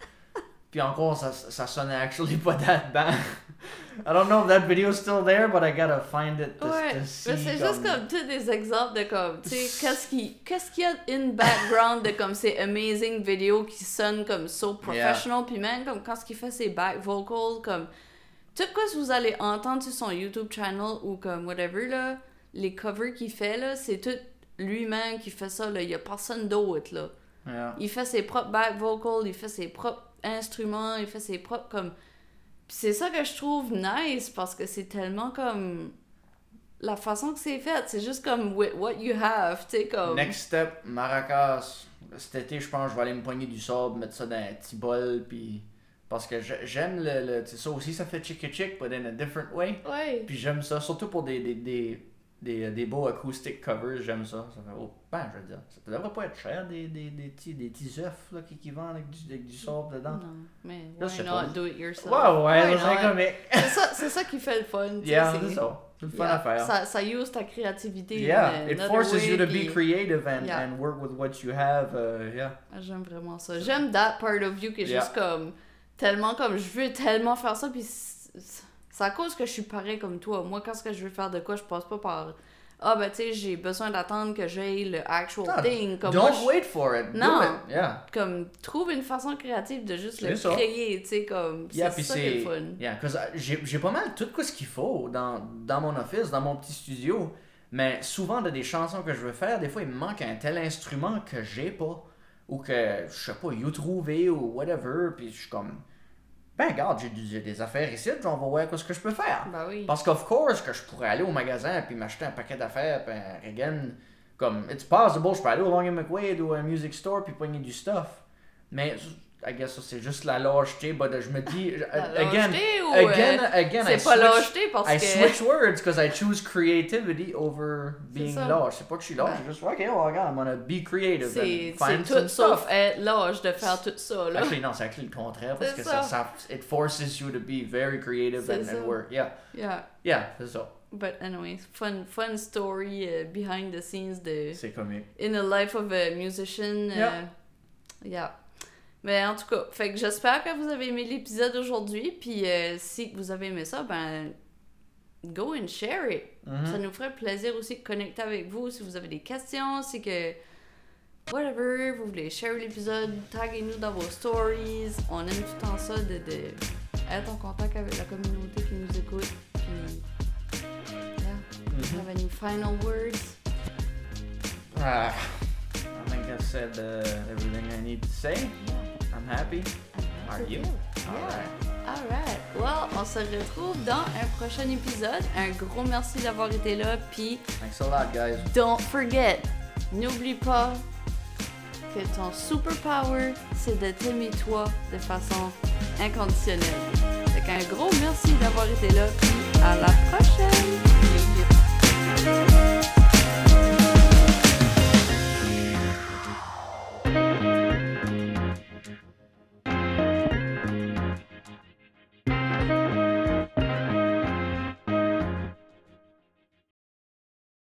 Puis encore, ça, ça sonnait actually pas that bad. I don't know if that video's still there, but I gotta find it to, Ouais, to mais see. c'est juste comme tous des exemples de comme, tu sais, qu'est-ce qui- qu'est-ce qu'il y a in background de comme ces amazing vidéos qui sonnent comme so professional, puis même comme quand il fait ses back vocals, comme tout quoi que vous allez entendre sur son YouTube channel ou comme whatever là, les covers qu'il fait là, c'est tout lui-même qui fait ça là, il y a personne d'autre là. Yeah. Il fait ses propres back vocals, il fait ses propres instruments, il fait ses propres comme... Puis c'est ça que je trouve nice parce que c'est tellement comme... La façon que c'est fait, c'est juste comme with what you have, tu sais comme... Next step, maracas. Cet été, je pense que je vais aller me poigner du sable, mettre ça dans un petit bol, puis... Parce que j'ai- j'aime le... le tu sais, ça aussi, ça fait chick chick, but in a different way. Ouais. Puis j'aime ça, surtout pour des, des, des, des, des beaux acoustic covers, j'aime ça. Ça fait, oh, ben, je veux dire, ça devrait pas être cher, des, des, des, petits, des petits œufs là, qui, qui vendent avec du, avec du sable dedans. Non, mais Là, why c'est not pas- do it yourself? Ouais, ouais, Why ça serait not? comique. C'est ça, c'est ça qui fait le fun, tu sais, Yeah, c'est- c'est ça. C'est le fun Yeah, à faire. Ça, ça use ta créativité. Yeah, in it another forces way, you to puis- be creative and, Yeah. and work with what you have. Uh, yeah. J'aime vraiment ça. J'aime that part of you qui est Yeah. juste comme tellement comme je veux tellement faire ça puis c'est c'est à cause que je suis pareil comme toi. Moi quand ce que je veux faire de quoi, je passe pas par ah ben tu sais, j'ai besoin d'attendre que j'aie le actual Ah, thing comme Don't moi, je- wait for it. Non. Do it. Yeah. comme trouve une façon créative de juste le C'est ça. créer, tu sais comme Yeah, c'est puis ça qui est c'est. le fun. Yeah, cause uh, j'ai j'ai pas mal tout ce qu'il faut dans, dans mon office, dans mon petit studio. Mais souvent, de des chansons que je veux faire, des fois, il me manque un tel instrument que j'ai pas. Ou que, je sais pas, you trouvé ou whatever. Puis je suis comme, ben, regarde, j'ai du- j'ai des affaires ici, on va voir ce que je peux faire. Ben oui. Parce qu'of course, que je pourrais aller au magasin puis m'acheter un paquet d'affaires, puis un Reagan. Comme, it's possible, je peux aller au Long and McQuaid ou un music store puis pogner du stuff. Mais I guess ça c'est juste la lâcheté, but je me dis, La again, lâcheté ou, again, euh, again, I c'est pas switch, lâcheté parce I que... switch words because I choose creativity over being ça. lâche. C'est pas que je suis lâche, Ouais. c'est juste, ok, well, regarde, I'm gonna be creative C'est and c'est find tout some sauf stuff. être lâche de faire tout ça, là. Actually, non, c'est actually le contraire parce C'est que ça. ça. ça, it forces you to be very creative C'est and, ça. and work. Yeah, Yeah. yeah, c'est ça. But anyways, fun, fun story uh, behind the scenes de... C'est comique. In the life of a musician. Yeah. euh, yeah. Mais en tout cas, fait que j'espère que vous avez aimé l'épisode aujourd'hui. Puis euh, si vous avez aimé ça, ben go and share it. Mm-hmm. Ça nous ferait plaisir aussi de connecter avec vous si vous avez des questions, si que whatever, vous voulez share l'épisode, taguez-nous dans vos stories. On aime tout le temps ça de, de être en contact avec la communauté qui nous écoute. Puis yeah. Mm-hmm. Have any final words? Ah, I think I said uh, everything I need to say. I'm happy. Are you? Alright. Alright. Well, on se retrouve dans un prochain épisode. Un gros merci d'avoir été là. Puis, Thanks a lot, guys. don't forget, n'oublie pas que ton superpower, c'est de t'aimer toi de façon inconditionnelle. Fait qu'un gros merci d'avoir été là. Puis, à la prochaine!